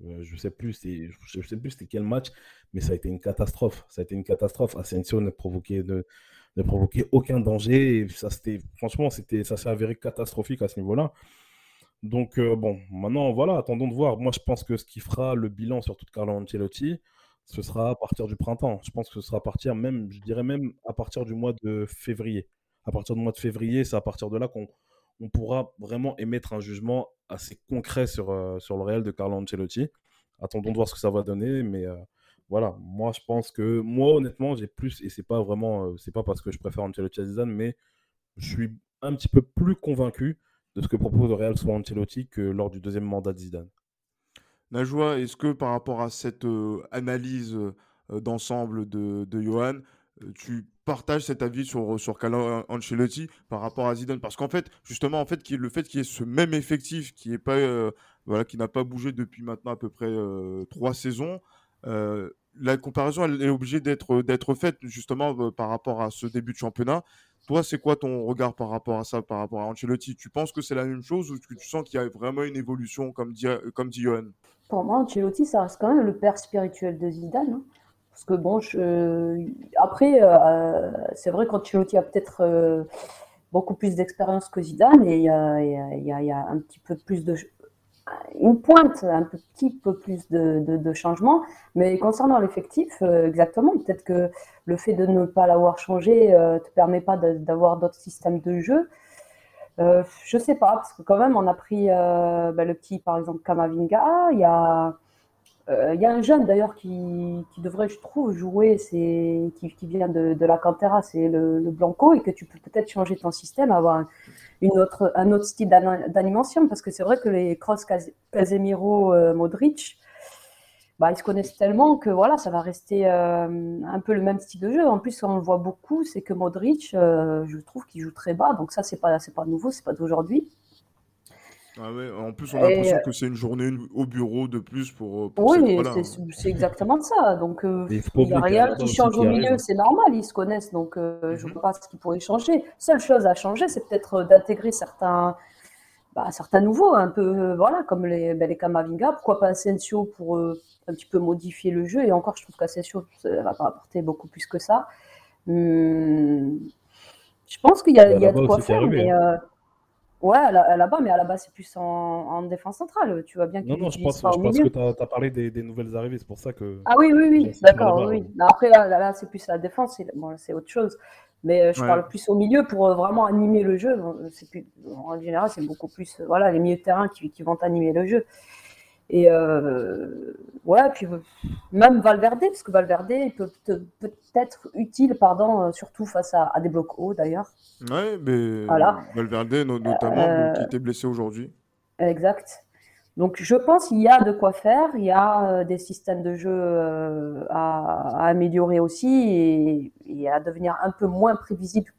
Speaker 3: Je sais plus c'était quel match, mais ça a été une catastrophe. Ça a été une catastrophe. Asensio ne provoquait aucun danger. Et franchement, ça s'est avéré catastrophique à ce niveau-là. Donc, bon, maintenant, voilà, attendons de voir. Moi, je pense que ce qui fera le bilan sur toute Carlo Ancelotti, ce sera à partir du printemps. Je pense que ce sera à partir même, je dirais même à partir du mois de février. À partir du mois de février, c'est à partir de là qu'on on pourra vraiment émettre un jugement assez concret sur le réel de Carlo Ancelotti. Attendons de voir ce que ça va donner, mais voilà, moi, je pense que, moi, honnêtement, j'ai plus, et c'est pas parce que je préfère Ancelotti à Zidane, mais je suis un petit peu plus convaincu de ce que propose le Real sous Ancelotti que lors du deuxième mandat de Zidane.
Speaker 2: Najwa, est-ce que par rapport à cette analyse d'ensemble de Johan, tu partages cet avis sur Carlo Ancelotti par rapport à Zidane? Parce qu'en fait, justement, en fait, le fait qu'il y ait ce même effectif qui est pas, voilà, qui n'a pas bougé depuis maintenant à peu près 3 saisons, la comparaison, elle est obligée d'être faite justement par rapport à ce début de championnat. Toi, c'est quoi ton regard par rapport à ça, par rapport à Ancelotti? Tu penses que c'est la même chose ou est-ce que tu sens qu'il y a vraiment une évolution, comme dit Johan?
Speaker 4: Pour moi, Ancelotti, ça reste quand même le père spirituel de Zidane, hein. Parce que bon, après, c'est vrai qu'Ancelotti a peut-être beaucoup plus d'expérience que Zidane et il y a un petit peu plus une pointe, un petit peu plus de changements. Mais concernant l'effectif, exactement, peut-être que le fait de ne pas l'avoir changé te permet pas d'avoir d'autres systèmes de jeu. Je sais pas, parce que quand même, on a pris le petit, par exemple, Kamavinga. Il y a un jeune d'ailleurs qui devrait, je trouve, jouer, qui vient de la Cantera, c'est le Blanco, et que tu peux peut-être changer ton système, avoir un autre style d'animation, parce que c'est vrai que les Kroos, Casemiro, Modric, bah, ils se connaissent tellement que voilà, ça va rester un peu le même style de jeu. En plus, on le voit beaucoup, c'est que Modric, je trouve qu'il joue très bas, donc ça, c'est pas nouveau, c'est pas d'aujourd'hui.
Speaker 2: Ah ouais, en plus, on a
Speaker 4: Et
Speaker 2: l'impression que c'est une journée au bureau de plus pour ces
Speaker 4: oui,
Speaker 2: trois-là, hein.
Speaker 4: c'est exactement ça. Donc,
Speaker 3: Et il faut pas
Speaker 4: il n'y a
Speaker 3: oublier qu'il y a
Speaker 4: rien
Speaker 3: Alaba
Speaker 4: qui
Speaker 3: aussi
Speaker 4: change au
Speaker 3: qui arrive.
Speaker 4: milieu, c'est normal, ils se connaissent, donc je ne
Speaker 2: Mhm.
Speaker 4: vois pas ce qui pourrait changer. Seule chose à changer, c'est peut-être d'intégrer certains nouveaux, un peu, voilà, comme les Kamavinga, pourquoi pas Asensio pour un petit peu modifier le jeu. Et encore, je trouve qu'Asensio ne va pas apporter beaucoup plus que ça. Hum, je pense
Speaker 3: Il y a
Speaker 4: il y a de
Speaker 3: Alaba
Speaker 4: quoi
Speaker 3: aussi qui est
Speaker 4: faire,
Speaker 3: arrivé,
Speaker 4: mais
Speaker 3: hein.
Speaker 4: ouais, là-bas, mais là-bas, c'est plus en défense centrale. Tu vois bien
Speaker 3: Non,
Speaker 4: qu'il
Speaker 3: non,
Speaker 4: l'utilisera
Speaker 3: je
Speaker 4: au
Speaker 3: pense que
Speaker 4: milieu.
Speaker 3: tu as parlé des nouvelles arrivées, c'est pour ça que
Speaker 4: Ah oui, oui,
Speaker 3: j'ai
Speaker 4: oui,
Speaker 3: cité
Speaker 4: d'accord,
Speaker 3: Alaba.
Speaker 4: oui,
Speaker 3: Ouais.
Speaker 4: oui. Après, là, c'est plus la défense, bon, c'est autre chose. Mais je
Speaker 2: Ouais.
Speaker 4: parle plus au milieu pour vraiment animer le jeu. Bon, en général, c'est beaucoup plus voilà, les milieux de terrain qui vont animer le jeu. Et ouais, puis même Valverde, parce que Valverde il peut être utile, pardon, surtout face à des blocs hauts d'ailleurs.
Speaker 2: Ouais, mais
Speaker 4: Voilà,
Speaker 2: Valverde notamment, qui
Speaker 4: euh,
Speaker 2: était blessé aujourd'hui.
Speaker 4: exact. Donc je pense qu'il y a de quoi faire, il y a des systèmes de jeu à améliorer aussi et à devenir un peu moins prévisible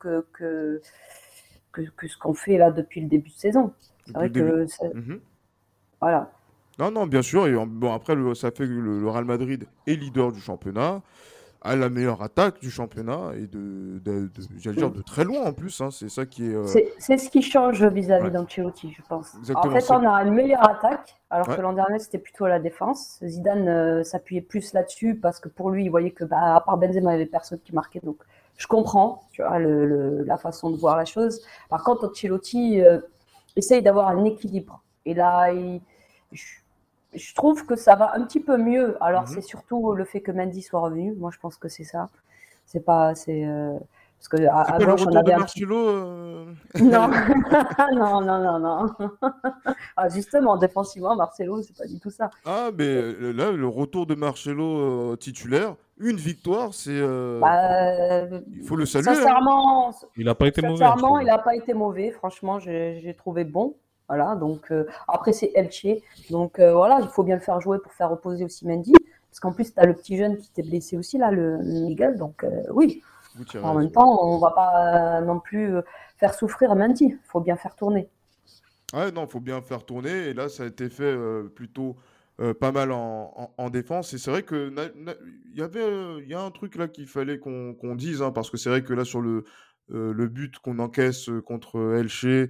Speaker 4: que ce qu'on fait là depuis le début de saison. C'est
Speaker 2: Depuis
Speaker 4: vrai
Speaker 2: le début.
Speaker 4: que
Speaker 2: Mhm.
Speaker 4: voilà.
Speaker 2: Non, non, bien sûr. Et bon, après, ça fait que le Real Madrid est leader du championnat, a la meilleure attaque du championnat et j'allais dire
Speaker 4: Mm.
Speaker 2: de très loin en plus, hein. C'est ça qui est.
Speaker 4: C'est ce qui change vis-à-vis
Speaker 2: Ouais,
Speaker 4: d'Ancelotti, je pense. En
Speaker 2: exactement.
Speaker 4: fait, on a une meilleure attaque, alors que
Speaker 2: Ouais,
Speaker 4: l'an dernier, c'était plutôt la défense. Zidane s'appuyait plus là-dessus parce que pour lui, il voyait que, bah, à part Benzema, il n'y avait personne qui marquait. Donc, je comprends, tu vois, la façon de voir la chose. Par contre, Ancelotti essaye d'avoir un équilibre. Et là, je, je trouve que ça va un petit peu mieux. Alors, c'est
Speaker 2: mhm.
Speaker 4: surtout le fait que Mendy soit revenu. Moi, je pense que c'est ça. C'est pas, c'est parce que
Speaker 2: C'est
Speaker 4: à
Speaker 2: pas le
Speaker 4: gauche, on
Speaker 2: retour de
Speaker 4: avait un petit.
Speaker 2: Marcelo.
Speaker 4: Non, non, non, non, non. Ah, justement, défensivement, Marcelo, c'est pas du tout ça.
Speaker 2: Ah, mais là, le retour de Marcelo titulaire, une victoire,
Speaker 4: Bah,
Speaker 2: il faut le saluer, hein.
Speaker 4: sincèrement,
Speaker 3: Il n'a pas été mauvais, hein, je
Speaker 4: sincèrement,
Speaker 3: trouve.
Speaker 4: il n'a pas été mauvais. Franchement, j'ai trouvé bon. Voilà, donc après c'est Elche, donc voilà, il faut bien le faire jouer pour faire reposer aussi Mendy, parce qu'en plus tu as le petit jeune qui t'est blessé aussi là, le Miguel, donc oui. En
Speaker 2: Gutiérrez,
Speaker 4: même
Speaker 2: ouais.
Speaker 4: temps, on va pas non plus faire souffrir Mendy, il faut bien faire tourner.
Speaker 2: Ouais, non, faut bien faire tourner. Et là, ça a été fait plutôt pas mal en défense. Et c'est vrai que il y a un truc là qu'il fallait qu'on dise, hein, parce que c'est vrai que là, sur le but qu'on encaisse contre Elche,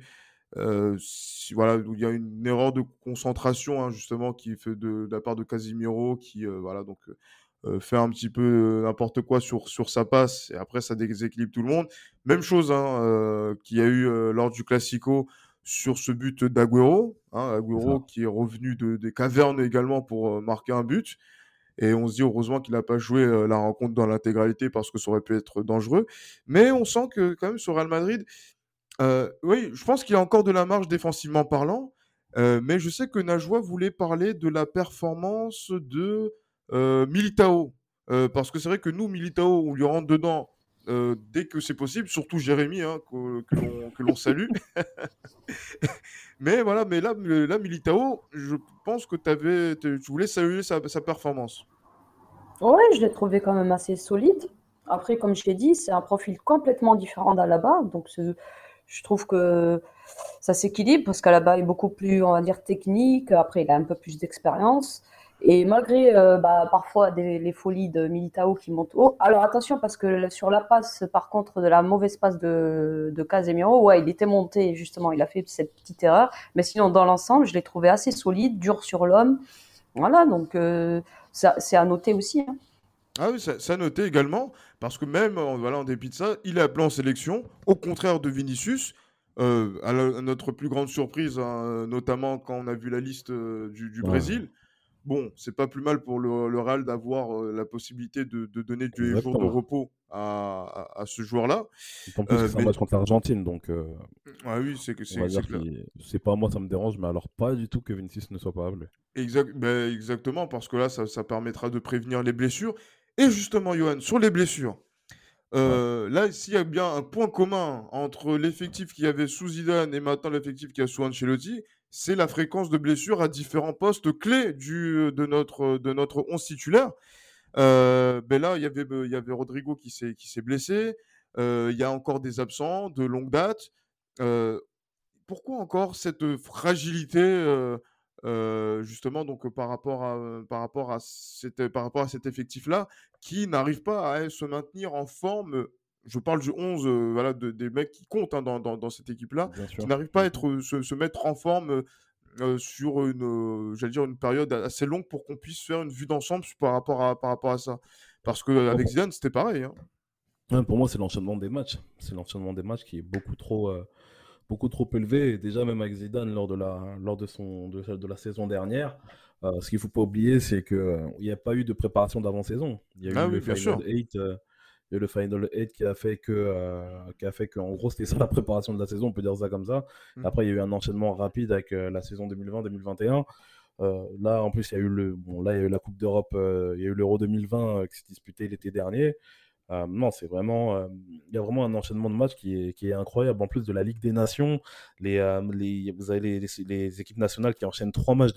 Speaker 2: voilà, où il y a une erreur de concentration, hein, justement, qui fait de la part de Casimiro, qui voilà, donc, fait un petit peu n'importe quoi sur sa passe. Et après, ça déséquilibre tout le monde. Même chose, hein, qu'il y a eu lors du Classico sur ce but d'Agüero, hein,
Speaker 3: C'est ça.
Speaker 2: Agüero qui est revenu des cavernes également pour marquer un but. Et on se dit heureusement qu'il n'a pas joué la rencontre dans l'intégralité parce que ça aurait pu être dangereux. Mais on sent que quand même sur Real Madrid, oui, je pense qu'il y a encore de la marge défensivement parlant. Mais je sais que Najwa voulait parler de la performance de Militao. Parce que c'est vrai que nous, Militao, on lui rentre dedans dès que c'est possible, surtout Jérémy, hein, que l'on salue. Mais voilà, mais là, Militao, je pense que tu voulais saluer sa performance.
Speaker 4: Ouais, je l'ai trouvé quand même assez solide. Après, comme je l'ai dit, c'est un profil complètement différent d'Alaba. Donc, je trouve que ça s'équilibre parce qu'Alaba est beaucoup plus, on va dire, technique. Après, il a un peu plus d'expérience. Et malgré parfois les folies de Militao qui montent haut. Alors attention, parce que sur la passe, par contre, de la mauvaise passe de Casemiro, ouais, il était monté, justement, il a fait cette petite erreur. Mais sinon, dans l'ensemble, je l'ai trouvé assez solide, dur sur l'homme. Voilà, donc c'est à noter aussi, hein.
Speaker 2: Ah oui, ça noté également, parce que même voilà, en dépit de ça, il est appelé en sélection, au contraire de Vinicius. À notre plus grande surprise, hein, notamment quand on a vu la liste du
Speaker 3: Ouais,
Speaker 2: Brésil. Bon, c'est pas plus mal pour le Real d'avoir la possibilité de donner des jours de
Speaker 3: exactement.
Speaker 2: repos à ce joueur-là.
Speaker 3: D'autant plus que c'est un
Speaker 2: Mais
Speaker 3: match contre l'Argentine, donc
Speaker 2: ah oui, c'est que
Speaker 3: on va
Speaker 2: c'est
Speaker 3: dire
Speaker 2: clair.
Speaker 3: que c'est pas moi, ça me dérange, mais alors pas du tout que Vinicius ne soit pas appelé.
Speaker 2: Ben, exactement, parce que là, ça permettra de prévenir les blessures. Et justement, Johan, sur les blessures,
Speaker 3: Ouais,
Speaker 2: là, s'il y a bien un point commun entre l'effectif qu'il y avait sous Zidane et maintenant l'effectif qu'il y a sous Ancelotti, c'est la fréquence de blessures à différents postes clés de notre 11 titulaire. Ben là, il y avait Rodrigo qui s'est blessé. Il y a encore des absents de longue date. Euh, Pourquoi encore cette fragilité justement donc par rapport à cet effectif-là qui n'arrive pas à se maintenir en forme. Je parle du 11, voilà, des mecs qui comptent hein, dans cette équipe-là,
Speaker 3: bien
Speaker 2: qui
Speaker 3: sûr.
Speaker 2: n'arrivent pas à se mettre en forme sur j'allais dire une période assez longue pour qu'on puisse faire une vue d'ensemble par rapport à ça. Parce
Speaker 3: Moi,
Speaker 2: qu'avec
Speaker 3: pour,
Speaker 2: Zidane, c'était pareil, hein.
Speaker 3: ouais, pour moi, c'est l'enchaînement des matchs. C'est l'enchaînement des matchs qui est beaucoup trop élevé. Et déjà, même avec Zidane, lors de la saison dernière, ce qu'il ne faut pas oublier, c'est qu'il n'y a pas eu de préparation d'avant-saison. Il y a eu
Speaker 2: Ah
Speaker 3: le
Speaker 2: oui, bien
Speaker 3: Final
Speaker 2: sûr.
Speaker 3: 8, il y a eu le Final 8 qui a fait que, en gros, c'était ça la préparation de la saison, on peut dire ça comme ça.
Speaker 2: Mm.
Speaker 3: Après, il y a eu un enchaînement rapide avec la saison 2020-2021. Là, en plus, il y a eu la Coupe d'Europe, il y a eu l'Euro 2020 qui s'est disputé l'été dernier. Non, il y a vraiment un enchaînement de matchs qui est incroyable. En plus de la Ligue des Nations, vous avez les équipes nationales qui enchaînent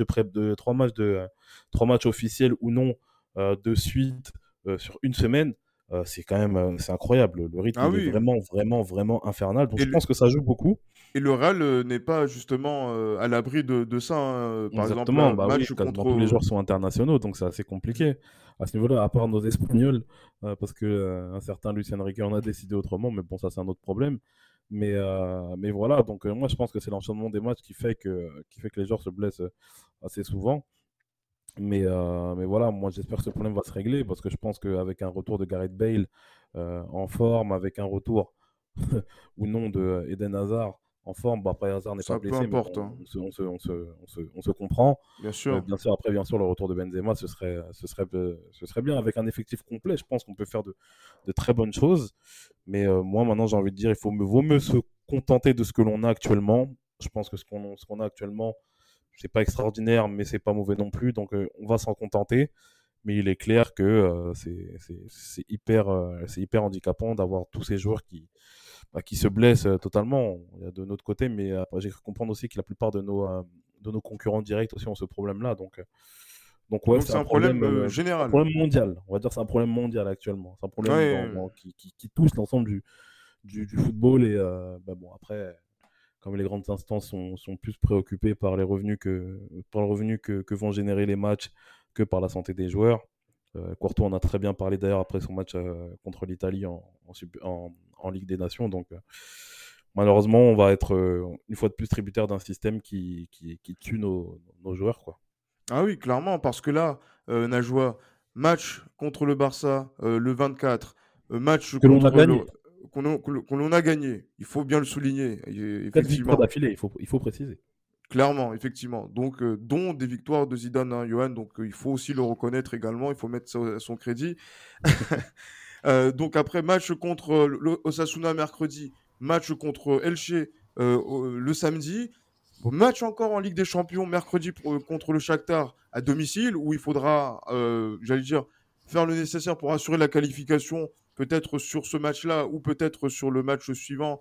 Speaker 3: trois matchs officiels ou non de suite sur une semaine. C'est incroyable. Le rythme,
Speaker 2: Ah
Speaker 3: il est
Speaker 2: oui.
Speaker 3: vraiment, vraiment, vraiment infernal. Donc,
Speaker 2: Et
Speaker 3: je pense que ça joue beaucoup.
Speaker 2: Et le Real n'est pas justement à l'abri de ça, hein. Par exemple,
Speaker 3: Exactement,
Speaker 2: là,
Speaker 3: bah oui,
Speaker 2: match
Speaker 3: quasiment tous les
Speaker 2: contre.
Speaker 3: joueurs sont internationaux, donc c'est assez
Speaker 2: Mm.
Speaker 3: compliqué à ce niveau-là, à part nos Espagnols, parce que un certain Luis Enrique en a décidé autrement, mais bon, ça c'est un autre problème. Mais voilà, donc moi je pense que c'est l'enchaînement des matchs qui fait que les joueurs se blessent assez souvent. Mais voilà, moi j'espère que ce problème va se régler, parce que je pense qu'avec un retour de Gareth Bale en forme, avec un retour ou non de Eden Hazard en forme. Bon, après, Hazard n'est pas
Speaker 2: Ça, peu
Speaker 3: blessé, mais
Speaker 2: importe,
Speaker 3: bon,
Speaker 2: hein.
Speaker 3: on se comprend.
Speaker 2: Bien sûr.
Speaker 3: Bien sûr, le retour de Benzema, ce serait bien. Avec un effectif complet, je pense qu'on peut faire de très bonnes choses. Mais moi, maintenant, j'ai envie de dire, vaut mieux se contenter de ce que l'on a actuellement. Je pense que ce qu'on a actuellement, c'est pas extraordinaire, mais c'est pas mauvais non plus. Donc, on va s'en contenter. Mais il est clair que c'est hyper handicapant d'avoir tous ces joueurs qui se blessent totalement. Il y a de notre côté, mais j'ai cru comprendre aussi que la plupart de nos concurrents directs aussi ont ce problème-là. Donc ouais,
Speaker 2: Donc,
Speaker 3: c'est
Speaker 2: c'est
Speaker 3: un
Speaker 2: un problème
Speaker 3: problème, c'est un
Speaker 2: général.
Speaker 3: problème mondial. On va dire que c'est un problème mondial actuellement. C'est un problème
Speaker 2: Ouais.
Speaker 3: qui touche l'ensemble du football. Et bah bon, après, comme les grandes instances sont plus préoccupées par le revenu que vont générer les matchs que par la santé des joueurs. Courtois en a très bien parlé d'ailleurs après son match contre l'Italie en Ligue des Nations. Donc malheureusement, on va être une fois de plus tributaire d'un système qui tue nos joueurs, quoi.
Speaker 2: Ah oui, clairement, parce que là, Najwa, match contre le Barça le 24, match
Speaker 3: Que l'on a
Speaker 2: contre le.
Speaker 3: gagné.
Speaker 2: Qu'on a gagné. Il faut bien le souligner,
Speaker 3: Quatre victoires
Speaker 2: effectivement.
Speaker 3: d'affilée, il faut préciser.
Speaker 2: Clairement, effectivement. Donc, dont des victoires de Zidane, hein, Johan. Donc, il faut aussi le reconnaître également. Il faut mettre son crédit. Donc, après, match contre le Osasuna mercredi, match contre Elche le samedi. Bon, match encore en Ligue des Champions mercredi contre le Shakhtar à domicile, où il faudra, j'allais dire, faire le nécessaire pour assurer la qualification, peut-être sur ce match-là ou peut-être sur le match suivant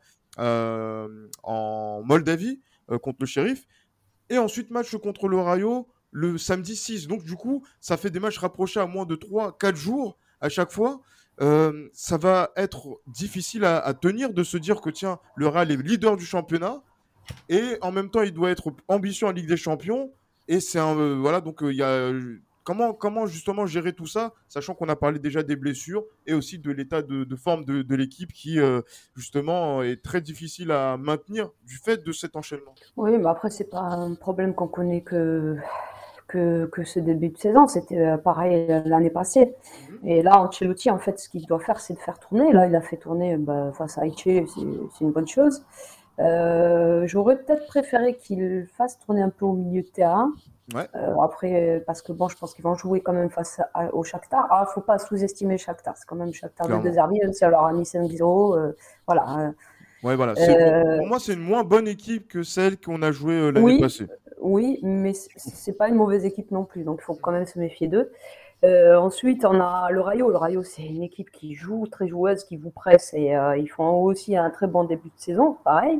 Speaker 2: en Moldavie contre le Sheriff. Et ensuite, match contre le Rayo le samedi 6. Donc, du coup, ça fait des matchs rapprochés à moins de 3-4 jours à chaque fois. Ça va être difficile à tenir de se dire que, tiens, le Real est leader du championnat et en même temps, il doit être ambitieux en Ligue des Champions. Et c'est un. Voilà, donc il y a. Comment justement gérer tout ça, sachant qu'on a parlé déjà des blessures et aussi de l'état de forme de l'équipe qui, justement, est très difficile à maintenir du fait de cet enchaînement.
Speaker 4: Oui, mais après, c'est pas un problème qu'on connaît que ce début de saison. C'était pareil l'année passée. Et là, Ancelotti, en fait, ce qu'il doit faire, c'est de faire tourner. Là, il a fait tourner face à Aiche, c'est une bonne chose. J'aurais peut-être préféré qu'il fasse tourner un peu au milieu de terrain.
Speaker 2: Ouais.
Speaker 4: Après, parce que bon, je pense qu'ils vont jouer quand même face au Shakhtar. Ah, faut pas sous-estimer Shakhtar. C'est quand même Shakhtar de
Speaker 2: Clairement.
Speaker 4: Deserbi, même si on leur a mis 5-0. Voilà.
Speaker 2: Ouais, voilà.
Speaker 4: Euh,
Speaker 2: Pour moi, c'est une moins bonne équipe que celle qu'on a jouée l'année
Speaker 4: Oui,
Speaker 2: passée.
Speaker 4: oui, mais c'est pas une mauvaise équipe non plus, donc il faut quand même se méfier d'eux. Ensuite, on a le Rayo. Le Rayo, c'est une équipe qui joue, très joueuse, qui vous presse, et ils font aussi un très bon début de saison, pareil.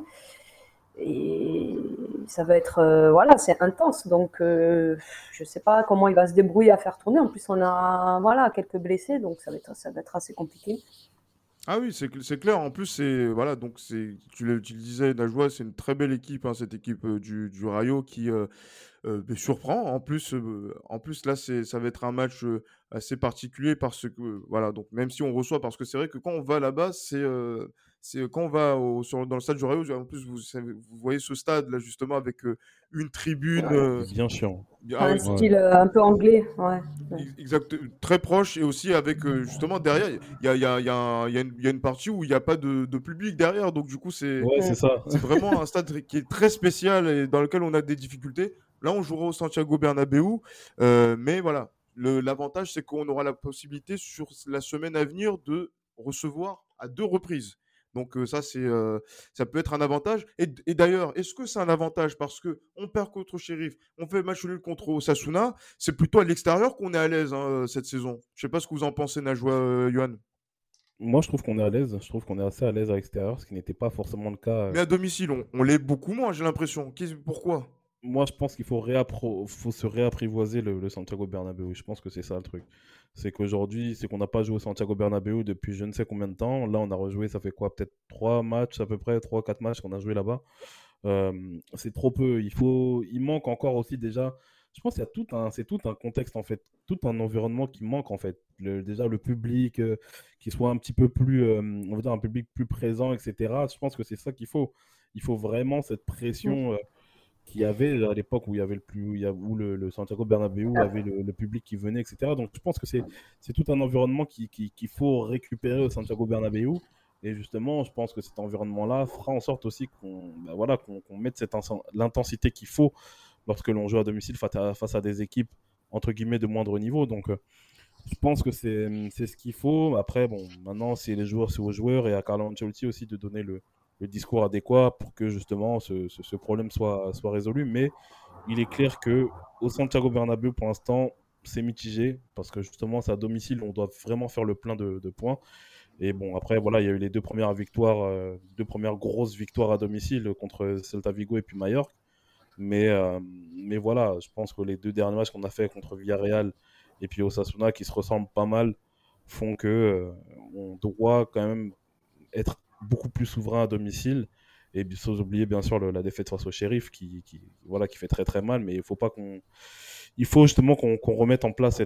Speaker 4: Et ça va être, voilà, c'est intense, donc je sais pas comment il va se débrouiller à faire tourner. En plus, on a voilà quelques blessés, donc ça va être assez compliqué.
Speaker 2: Ah oui, c'est clair. En plus, voilà, donc tu le disais, Najwa, c'est une très belle équipe, hein, cette équipe du Rayo qui surprend. En plus là, ça va être un match assez particulier parce que voilà, donc même si on reçoit, parce que c'est vrai que quand on va là-bas, c'est quand on va dans le stade du Rayo. En plus, vous voyez ce stade là justement avec une tribune.
Speaker 3: Bien chiant.
Speaker 2: Ah
Speaker 4: Un
Speaker 2: oui,
Speaker 3: Ouais.
Speaker 4: style un peu anglais, ouais.
Speaker 2: exact, très proche, et aussi avec justement derrière, il y a une partie où il n'y a pas de public derrière, donc du coup
Speaker 3: Ouais, c'est ça.
Speaker 2: c'est vraiment un stade qui est très spécial et dans lequel on a des difficultés. Là, on jouera au Santiago Bernabéu, mais voilà, l'avantage, c'est qu'on aura la possibilité sur la semaine à venir de recevoir à 2 reprises. Donc ça peut être un avantage. Et d'ailleurs, est-ce que c'est un avantage parce que on perd contre Sheriff, on fait match nul contre Osasuna, c'est plutôt à l'extérieur qu'on est à l'aise, hein, cette saison. Je sais pas ce que vous en pensez, Najwa, Yohan.
Speaker 3: Moi, je trouve qu'on est à l'aise. Je trouve qu'on est assez à l'aise à l'extérieur, ce qui n'était pas forcément le cas.
Speaker 2: Mais à domicile, on l'est beaucoup moins, j'ai l'impression. Pourquoi?
Speaker 3: Moi, je pense qu'il faut se réapprivoiser le Santiago Bernabéu. Je pense que c'est ça le truc. C'est qu'aujourd'hui, c'est qu'on n'a pas joué au Santiago Bernabéu depuis je ne sais combien de temps. Là, on a rejoué, ça fait quoi? Peut-être 3 matchs à peu près, 3 4 matchs qu'on a joué là-bas. C'est trop peu. Il manque encore aussi déjà. Je pense qu'il y a c'est tout un contexte en fait, tout un environnement qui manque en fait. Déjà le public, qui soit un petit peu plus, on va dire un public plus présent, etc. Je pense que c'est ça qu'il faut. Il faut vraiment cette pression qu'il y avait à l'époque où il y avait où le Santiago Bernabéu avait le public qui venait, etc. Donc je pense que c'est tout un environnement qu'il faut récupérer au Santiago Bernabéu. Et justement, je pense que cet environnement-là fera en sorte aussi qu'on mette l'intensité qu'il faut lorsque l'on joue à domicile face à des équipes entre guillemets de moindre niveau. Donc je pense que c'est ce qu'il faut. Après, bon, maintenant, c'est aux joueurs et à Carlo Ancelotti aussi de donner le discours adéquat pour que justement ce problème soit résolu. Mais il est clair que au Santiago Bernabéu, pour l'instant, c'est mitigé parce que justement, c'est à domicile, on doit vraiment faire le plein de points. Et bon, après, voilà, il y a eu les 2 premières grosses victoires à domicile contre Celta Vigo et puis Mallorca. Mais voilà, je pense que les 2 derniers matchs qu'on a fait contre Villarreal et puis Osasuna, qui se ressemblent pas mal, font que on doit quand même être beaucoup plus souverain à domicile. Et sans oublier bien sûr la défaite face au Sheriff voilà, qui fait très très mal. Mais il faut justement qu'on remette en place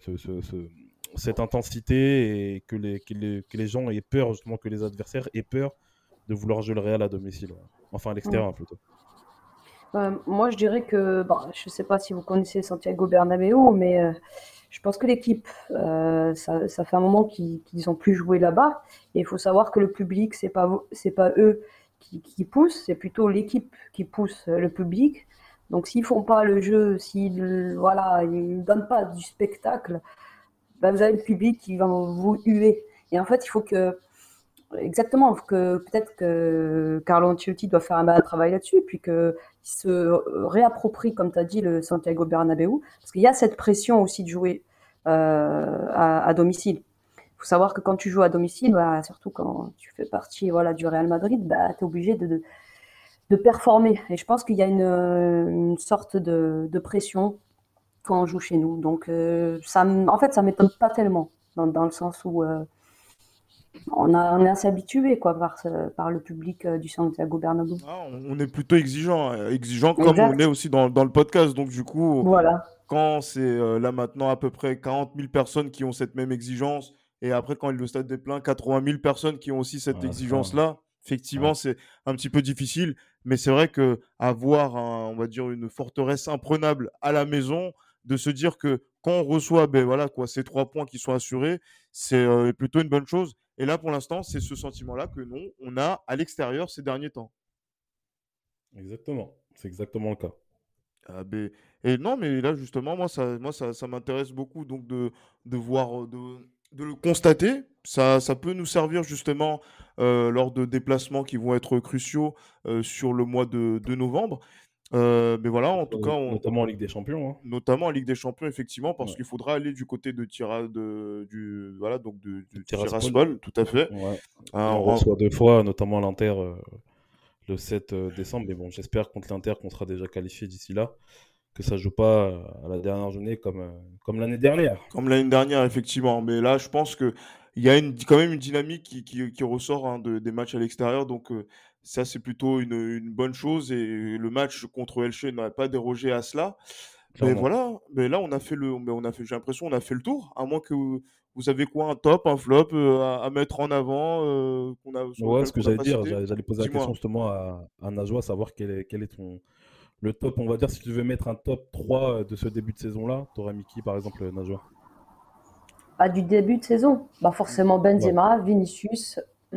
Speaker 3: cette intensité et que les gens aient peur, justement, que les adversaires aient peur de vouloir jouer le Real à domicile. Ouais. Enfin, à l'extérieur plutôt.
Speaker 4: Moi, je dirais que, bon, je ne sais pas si vous connaissez Santiago Bernabéu, mais je pense que l'équipe, ça fait un moment qu'ils n'ont plus joué là-bas. Et il faut savoir que le public, c'est pas eux qui poussent, c'est plutôt l'équipe qui pousse le public. Donc, s'ils font pas le jeu, voilà, ils ne donnent pas du spectacle, ben, vous avez le public qui va vous huer. Et en fait, il faut que exactement, que peut-être que Carlo Ancelotti doit faire un travail là-dessus, et puis qu'il se réapproprie, comme tu as dit, le Santiago Bernabéu, parce qu'il y a cette pression aussi de jouer à domicile. Il faut savoir que quand tu joues à domicile, bah, surtout quand tu fais partie voilà, du Real Madrid, bah, tu es obligé de performer. Et je pense qu'il y a une sorte de pression quand on joue chez nous. Donc, en fait, ça ne m'étonne pas tellement, dans le sens où on est assez habitué quoi, par le public du Santiago Bernabéu.
Speaker 2: Ah, on est plutôt exigeant comme
Speaker 4: Exact.
Speaker 2: on est aussi dans le podcast. Donc du coup,
Speaker 4: Voilà.
Speaker 2: quand c'est là maintenant à peu près 40 000 personnes qui ont cette même exigence, et après quand le stade est plein, 80 000 personnes qui ont aussi cette
Speaker 3: Voilà, c'est ça.
Speaker 2: exigence-là, Effectivement, c'est un petit peu difficile, mais c'est vrai que avoir on va dire une forteresse imprenable à la maison, de se dire que quand on reçoit, ben voilà quoi, ces 3 points qui sont assurés, c'est plutôt une bonne chose. Et là, pour l'instant, c'est ce sentiment-là que non, on a à l'extérieur ces derniers temps.
Speaker 3: Exactement. C'est exactement le cas.
Speaker 2: Ah, et non, mais là, justement, ça m'intéresse beaucoup donc de voir, de le constater. Ça peut nous servir justement lors de déplacements qui vont être cruciaux sur le mois de novembre. Mais voilà, en tout cas,
Speaker 3: Notamment en Ligue des Champions, hein.
Speaker 2: notamment en Ligue des Champions, effectivement, parce
Speaker 3: Ouais.
Speaker 2: qu'il faudra aller du côté voilà, donc du
Speaker 3: Tiraspol.
Speaker 2: Tiraspol, tout à fait.
Speaker 3: Ouais. Et
Speaker 2: Hein,
Speaker 3: on reçoit 2 fois, notamment l'Inter le 7 décembre. Mais bon, j'espère contre l'Inter qu'on sera déjà qualifié d'ici là, que ça joue pas à la dernière journée comme l'année dernière.
Speaker 2: comme l'année dernière, effectivement. Mais là, je pense que il y a quand même une dynamique qui ressort hein, des matchs à l'extérieur. Donc, ça, c'est plutôt une bonne chose. Et le match contre Elche n'a pas dérogé à cela. Mais
Speaker 3: Clairement.
Speaker 2: voilà, mais là, j'ai l'impression on a fait le tour. À moins que vous avez quoi, un top, un flop à mettre en avant, sur
Speaker 3: Ouais,
Speaker 2: lequel
Speaker 3: ce que
Speaker 2: qu'on n'a
Speaker 3: j'allais
Speaker 2: pas
Speaker 3: dire,
Speaker 2: cité.
Speaker 3: j'allais poser la question
Speaker 2: Dis-moi.
Speaker 3: justement à Najwa, savoir quel est le top, on va dire, si tu devais mettre un top 3 de ce début de saison-là, t'aurais mis qui par exemple, Najwa?
Speaker 4: Du début de saison, forcément
Speaker 3: Ouais,
Speaker 4: Benzema, Vinicius,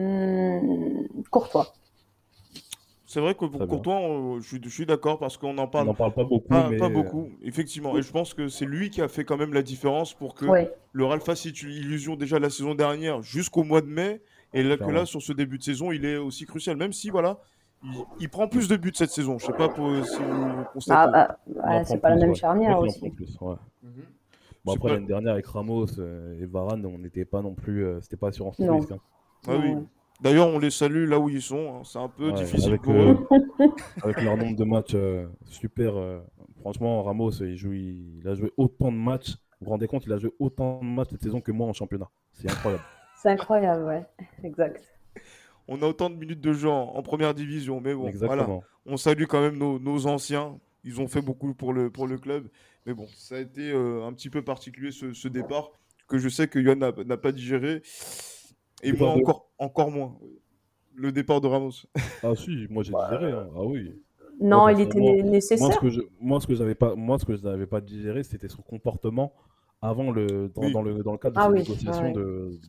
Speaker 4: Courtois.
Speaker 2: C'est vrai que pour
Speaker 3: très bien.
Speaker 2: Courtois, je suis d'accord parce qu'on n'en
Speaker 3: On
Speaker 2: parle
Speaker 3: n'en parle pas beaucoup,
Speaker 2: pas
Speaker 3: mais
Speaker 2: beaucoup, effectivement. Et je pense que c'est lui qui a fait quand même la différence pour que
Speaker 4: Oui.
Speaker 2: le Real fasse cette illusion déjà la saison dernière jusqu'au mois de mai. Et là, que là,
Speaker 3: clairement.
Speaker 2: sur ce début de saison, il est aussi crucial. Même si, voilà, il prend plus de buts cette saison. Je sais pas si vous constatez.
Speaker 3: Il en
Speaker 4: C'est
Speaker 3: prend
Speaker 4: pas la
Speaker 3: plus,
Speaker 4: même
Speaker 3: ouais. C'est vrai
Speaker 4: charnière
Speaker 3: qu'il en prend
Speaker 4: aussi.
Speaker 3: plus, ouais.
Speaker 2: Mhm.
Speaker 3: Bon,
Speaker 2: C'est
Speaker 3: après,
Speaker 2: pas...
Speaker 3: l'année dernière, avec Ramos et Varane, on n'était pas non plus. C'était pas assurance tout
Speaker 4: Non,
Speaker 3: risque, hein.
Speaker 2: Ah
Speaker 4: non,
Speaker 2: oui.
Speaker 4: ouais.
Speaker 2: D'ailleurs, on les salue là où ils sont, hein. C'est un peu
Speaker 3: Ouais,
Speaker 2: difficile pour eux.
Speaker 3: avec leur nombre de matchs super. Franchement, Ramos, il a joué autant de matchs. Vous vous rendez compte, il a joué autant de matchs cette saison que moi en championnat. C'est incroyable.
Speaker 4: C'est incroyable, ouais. Exact.
Speaker 2: On a autant de minutes de jeu en première division. Mais bon, voilà.
Speaker 3: Exactement.
Speaker 2: On salue quand même nos anciens. Ils ont fait beaucoup pour le club. Mais bon, ça a été un petit peu particulier ce départ que je sais que Yann n'a pas digéré. Et moi
Speaker 3: Départ de.
Speaker 2: encore moins. Le départ de Ramos.
Speaker 3: Ah si, moi j'ai digéré, hein. Ah oui. Moi
Speaker 4: Non, il était
Speaker 3: personnellement,
Speaker 4: nécessaire.
Speaker 3: moi ce que je n'avais pas digéré, c'était son comportement avant
Speaker 2: Oui,
Speaker 3: dans le cadre de
Speaker 4: Ah
Speaker 3: ces
Speaker 4: oui,
Speaker 3: négociations
Speaker 4: ouais.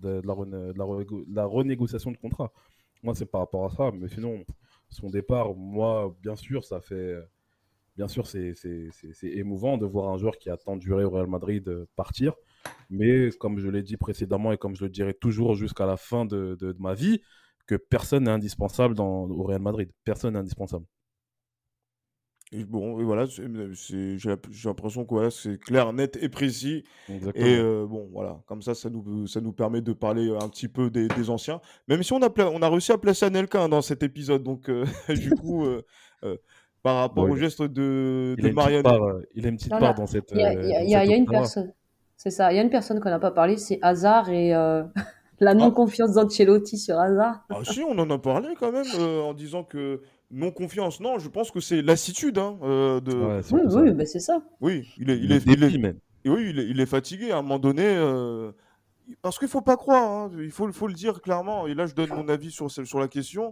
Speaker 3: de la renégociation de contrat. Moi c'est par rapport à ça, mais sinon son départ, moi bien sûr bien sûr c'est émouvant de voir un joueur qui a tant duré au Real Madrid partir, mais comme je l'ai dit précédemment et comme je le dirai toujours jusqu'à la fin de ma vie, que personne n'est indispensable au Real Madrid. Personne n'est indispensable.
Speaker 2: et bon, et voilà, j'ai l'impression que voilà, c'est clair, net et précis. Et
Speaker 3: Exactement.
Speaker 2: bon, voilà, comme ça nous permet de parler un petit peu des anciens. Même si on a réussi à placer Anelka hein, dans cet épisode. Donc, du coup, euh, par rapport
Speaker 3: Bon,
Speaker 2: au geste
Speaker 3: il
Speaker 2: de
Speaker 3: a une petite
Speaker 2: Marianne.
Speaker 3: part, il a une petite
Speaker 4: Non,
Speaker 3: part
Speaker 4: là,
Speaker 3: dans
Speaker 4: il
Speaker 3: dans
Speaker 4: y a,
Speaker 3: cette
Speaker 4: il y a une
Speaker 3: Octava.
Speaker 4: personne. C'est ça. Il y a une personne qu'on n'a pas parlé, c'est Hazard et la
Speaker 2: Ah,
Speaker 4: non-confiance d'Ancelotti sur Hazard.
Speaker 2: ah si, on en a parlé quand même en disant que non-confiance. Non, je pense que c'est lassitude hein,
Speaker 3: Ouais,
Speaker 4: Oui,
Speaker 3: surtout ça.
Speaker 4: oui, ben c'est ça.
Speaker 2: Oui,
Speaker 3: Le débit même.
Speaker 2: oui, il est fatigué à un moment donné. Parce qu'il faut pas croire, hein, faut le dire clairement. Et là, je donne mon avis sur la question.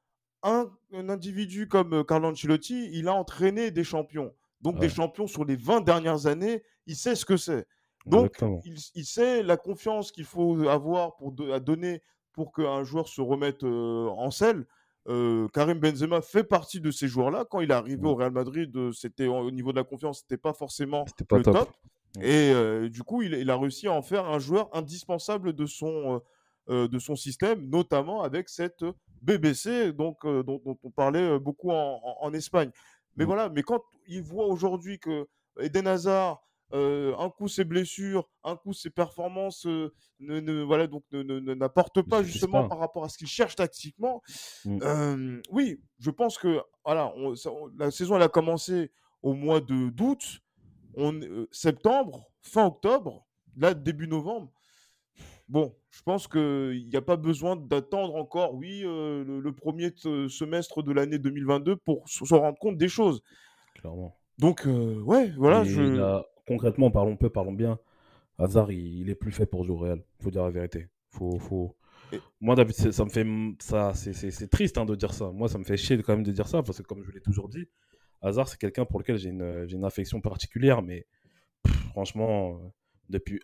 Speaker 2: Un individu comme Carlo Ancelotti, il a entraîné des champions. Donc des
Speaker 3: Ouais,
Speaker 2: champions sur les 20 dernières années, il sait ce que c'est. Donc
Speaker 3: exactement.
Speaker 2: il sait la confiance qu'il faut avoir à donner pour qu'un joueur se remette en selle. Karim Benzema fait partie de ces joueurs-là. Quand il est arrivé
Speaker 3: Ouais.
Speaker 2: au Real Madrid, au niveau de la confiance, c'était pas forcément
Speaker 3: C'était pas
Speaker 2: le
Speaker 3: top.
Speaker 2: top. Et du coup, il a réussi à en faire un joueur indispensable de son système, notamment avec cette BBC, donc, dont on parlait beaucoup en Espagne. Mais
Speaker 3: Mm.
Speaker 2: voilà, mais quand il voit aujourd'hui que Eden Hazard, un coup ses blessures, un coup ses performances voilà, donc n'apportent
Speaker 3: Il
Speaker 2: pas
Speaker 3: suffisent
Speaker 2: justement
Speaker 3: pas.
Speaker 2: par rapport à ce qu'il cherche tactiquement,
Speaker 3: Mm.
Speaker 2: oui, je pense que voilà, la saison elle a commencé au mois d'août, septembre, fin octobre, là début novembre. Bon, je pense qu'il n'y a pas besoin d'attendre encore, oui, le premier semestre de l'année 2022 pour se rendre compte des choses.
Speaker 3: Clairement.
Speaker 2: Donc, ouais, voilà,
Speaker 3: Et concrètement, parlons bien. Hazard, il est plus fait pour jouer au Real. Faut dire la vérité. Faut.
Speaker 2: Et-
Speaker 3: Moi, David, ça me fait. C'est triste hein, de dire ça. Moi, ça me fait chier quand même de dire ça, parce que comme je l'ai toujours dit, Hazard, c'est quelqu'un pour lequel j'ai une affection particulière, mais franchement, depuis.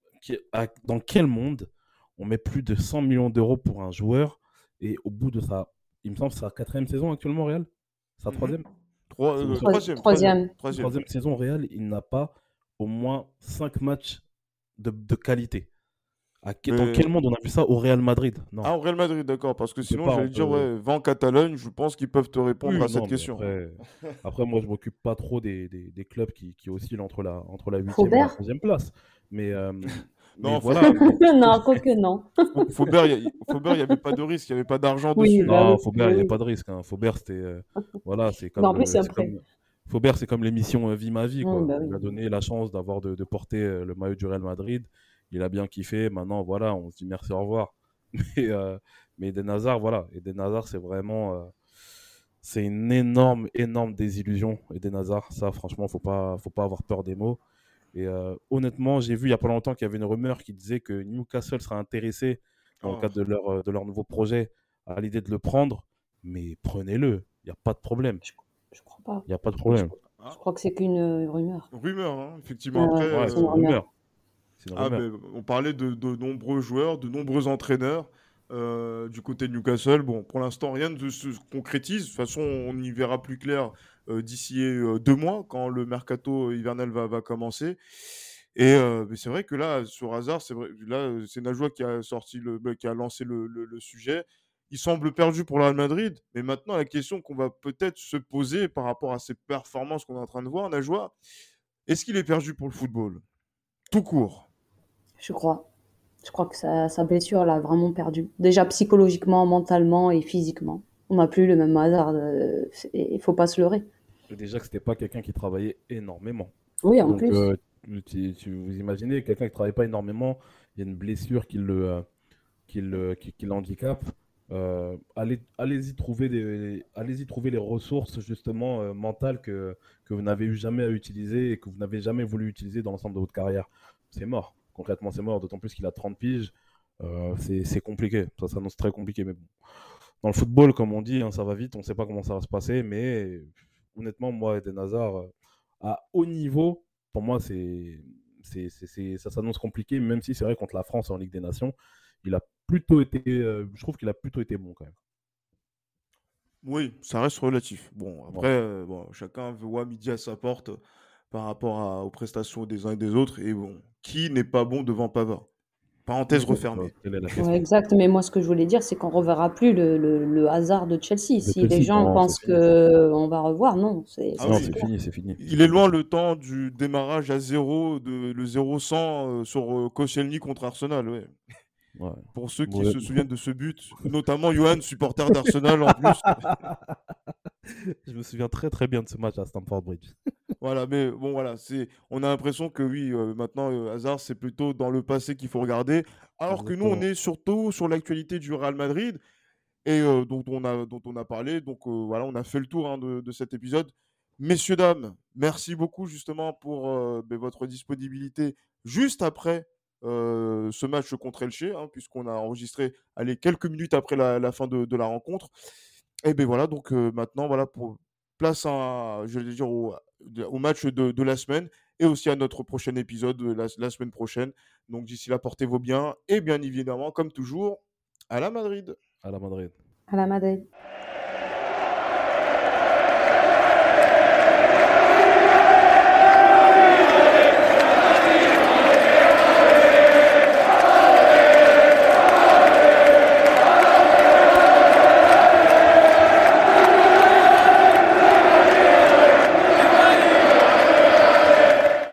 Speaker 3: Dans quel monde on met plus de 100 millions d'euros pour un joueur et au bout de sa. Il me semble que c'est sa quatrième saison actuellement au Real. Sa
Speaker 2: Mhm.
Speaker 3: troisième. C'est
Speaker 2: Trois-
Speaker 3: ça.
Speaker 2: troisième,
Speaker 4: Troisième.
Speaker 2: troisième.
Speaker 3: Troisième saison au Real, il n'a pas au moins 5 matchs de qualité. Dans
Speaker 2: Mais
Speaker 3: quel monde on a vu ça au Real Madrid? Non,
Speaker 2: au Real Madrid, d'accord, parce que
Speaker 3: on peut
Speaker 2: sinon
Speaker 3: pas.
Speaker 2: j'allais dire ouais, va en Catalogne, je pense qu'ils peuvent te répondre
Speaker 3: Oui,
Speaker 2: à cette
Speaker 3: non, mais
Speaker 2: question.
Speaker 3: après moi, je m'occupe pas trop des clubs qui oscillent entre la 8e et la
Speaker 4: Faubert?
Speaker 3: 11e place. Mais, mais
Speaker 2: Non,
Speaker 3: voilà.
Speaker 4: Non, quoique non.
Speaker 2: Faubert, Faubert, il n'y avait pas de risque, il n'y avait pas d'argent
Speaker 4: Oui,
Speaker 2: dessus.
Speaker 4: bah oui,
Speaker 3: Non, Faubert,
Speaker 4: bah
Speaker 3: il n'y a
Speaker 4: oui.
Speaker 3: pas de risque. Hein. Faubert, c'était. Voilà, c'est
Speaker 4: Mais en
Speaker 3: comme
Speaker 4: plus, c'est
Speaker 3: le.
Speaker 4: un
Speaker 3: C'est
Speaker 4: prêt.
Speaker 3: comme, Faubert, c'est comme l'émission Vie ma vie, quoi.
Speaker 4: Bah
Speaker 3: On lui
Speaker 4: oui.
Speaker 3: a donné la chance de porter le maillot du Real Madrid. Il a bien kiffé. Maintenant, voilà, on se dit merci, au revoir. Mais, mais Eden Hazard, voilà. Eden Hazard, c'est vraiment. C'est une énorme, énorme désillusion, Eden Hazard. Ça, franchement, faut pas avoir peur des mots. Et honnêtement, j'ai vu il n'y a pas longtemps qu'il y avait une rumeur qui disait que Newcastle serait intéressé, dans le
Speaker 2: Oh.
Speaker 3: cadre de leur nouveau projet, à l'idée de le prendre. Mais prenez-le, il n'y a pas de problème.
Speaker 4: Je crois pas.
Speaker 3: Il n'y a pas de
Speaker 4: Je
Speaker 3: problème.
Speaker 2: Ah,
Speaker 4: crois que c'est qu'une rumeur.
Speaker 2: rumeur, hein, effectivement. Après,
Speaker 3: Ouais,
Speaker 4: C'est
Speaker 3: c'est
Speaker 4: une
Speaker 3: une
Speaker 4: rumeur.
Speaker 3: rumeur. C'est une rumeur.
Speaker 2: mais on parlait de nombreux joueurs, de nombreux entraîneurs du côté de Newcastle. Bon, pour l'instant, rien ne se concrétise. De toute façon, on y verra plus clair d'ici 2 mois, quand le mercato hivernal va commencer. Et mais c'est vrai que là, sur Hazard, c'est vrai, là, c'est Najwa qui a qui a lancé le sujet. Il semble perdu pour le Real Madrid, mais maintenant la question qu'on va peut-être se poser par rapport à ces performances qu'on est en train de voir, Najwa, est-ce qu'il est perdu pour le football? Tout court.
Speaker 4: Je crois. Je crois que sa blessure l'a vraiment perdu. Déjà psychologiquement, mentalement et physiquement. On n'a plus le même hasard. Il faut pas se leurrer.
Speaker 3: Et déjà que c'était pas quelqu'un qui travaillait énormément.
Speaker 4: Oui, en
Speaker 3: Donc,
Speaker 4: plus.
Speaker 3: vous imaginez, quelqu'un qui ne travaille pas énormément, il y a une blessure qui l'handicape. Allez-y trouver les ressources justement mentales que vous n'avez eu jamais à utiliser et que vous n'avez jamais voulu utiliser dans l'ensemble de votre carrière. C'est mort. Concrètement, c'est mort. D'autant plus qu'il a 30 piges. C'est compliqué. Ça s'annonce très compliqué. Mais bon. Dans le football, comme on dit, hein, ça va vite. On ne sait pas comment ça va se passer. Mais honnêtement, moi, Eden Hazard, à haut niveau, pour moi, ça s'annonce compliqué. Même si c'est vrai, contre la France en Ligue des Nations, je trouve qu'il a plutôt été bon quand même.
Speaker 2: Oui, ça reste relatif. Bon, après,
Speaker 3: Ouais.
Speaker 2: bon, chacun voit midi à sa porte par rapport aux prestations des uns et des autres. Et bon, qui n'est pas bon devant Pavard? Parenthèse refermée.
Speaker 3: Quelle est la
Speaker 4: Ouais,
Speaker 3: question?
Speaker 4: exact. Mais moi, ce que je voulais dire, c'est qu'on reverra plus le hasard de Chelsea.
Speaker 3: De
Speaker 4: Si les
Speaker 3: Chelsea,
Speaker 4: gens
Speaker 3: non, c'est
Speaker 4: pensent
Speaker 3: fini ça.
Speaker 4: qu'on va revoir, non,
Speaker 2: Ah
Speaker 3: Non,
Speaker 4: c'est
Speaker 2: oui,
Speaker 3: c'est
Speaker 4: clair.
Speaker 3: fini, c'est fini.
Speaker 2: il est loin le temps du démarrage à zéro, le 0-100 sur Koscielny contre Arsenal. Ouais.
Speaker 3: Ouais.
Speaker 2: Pour ceux qui
Speaker 3: Ouais.
Speaker 2: se souviennent de ce but, notamment Johan, supporter d'Arsenal en plus.
Speaker 3: Je me souviens très très bien de ce match à Stamford Bridge.
Speaker 2: Voilà, mais bon, voilà, on a l'impression que oui, maintenant, Hazard, c'est plutôt dans le passé qu'il faut regarder, alors que nous, on
Speaker 3: Exactement.
Speaker 2: est surtout sur l'actualité du Real Madrid, et dont on a parlé. Donc voilà, on a fait le tour hein, de cet épisode. Messieurs, dames, merci beaucoup justement pour votre disponibilité juste après ce match contre Elche, hein, puisqu'on a enregistré allez, quelques minutes après la fin de la rencontre. Et bien voilà, donc maintenant, voilà, pour place je vais dire, au match de la semaine et aussi à notre prochain épisode la semaine prochaine. Donc d'ici là, portez-vous bien et bien évidemment, comme toujours, à la Madrid.
Speaker 3: À la Madrid.
Speaker 4: À la Madrid.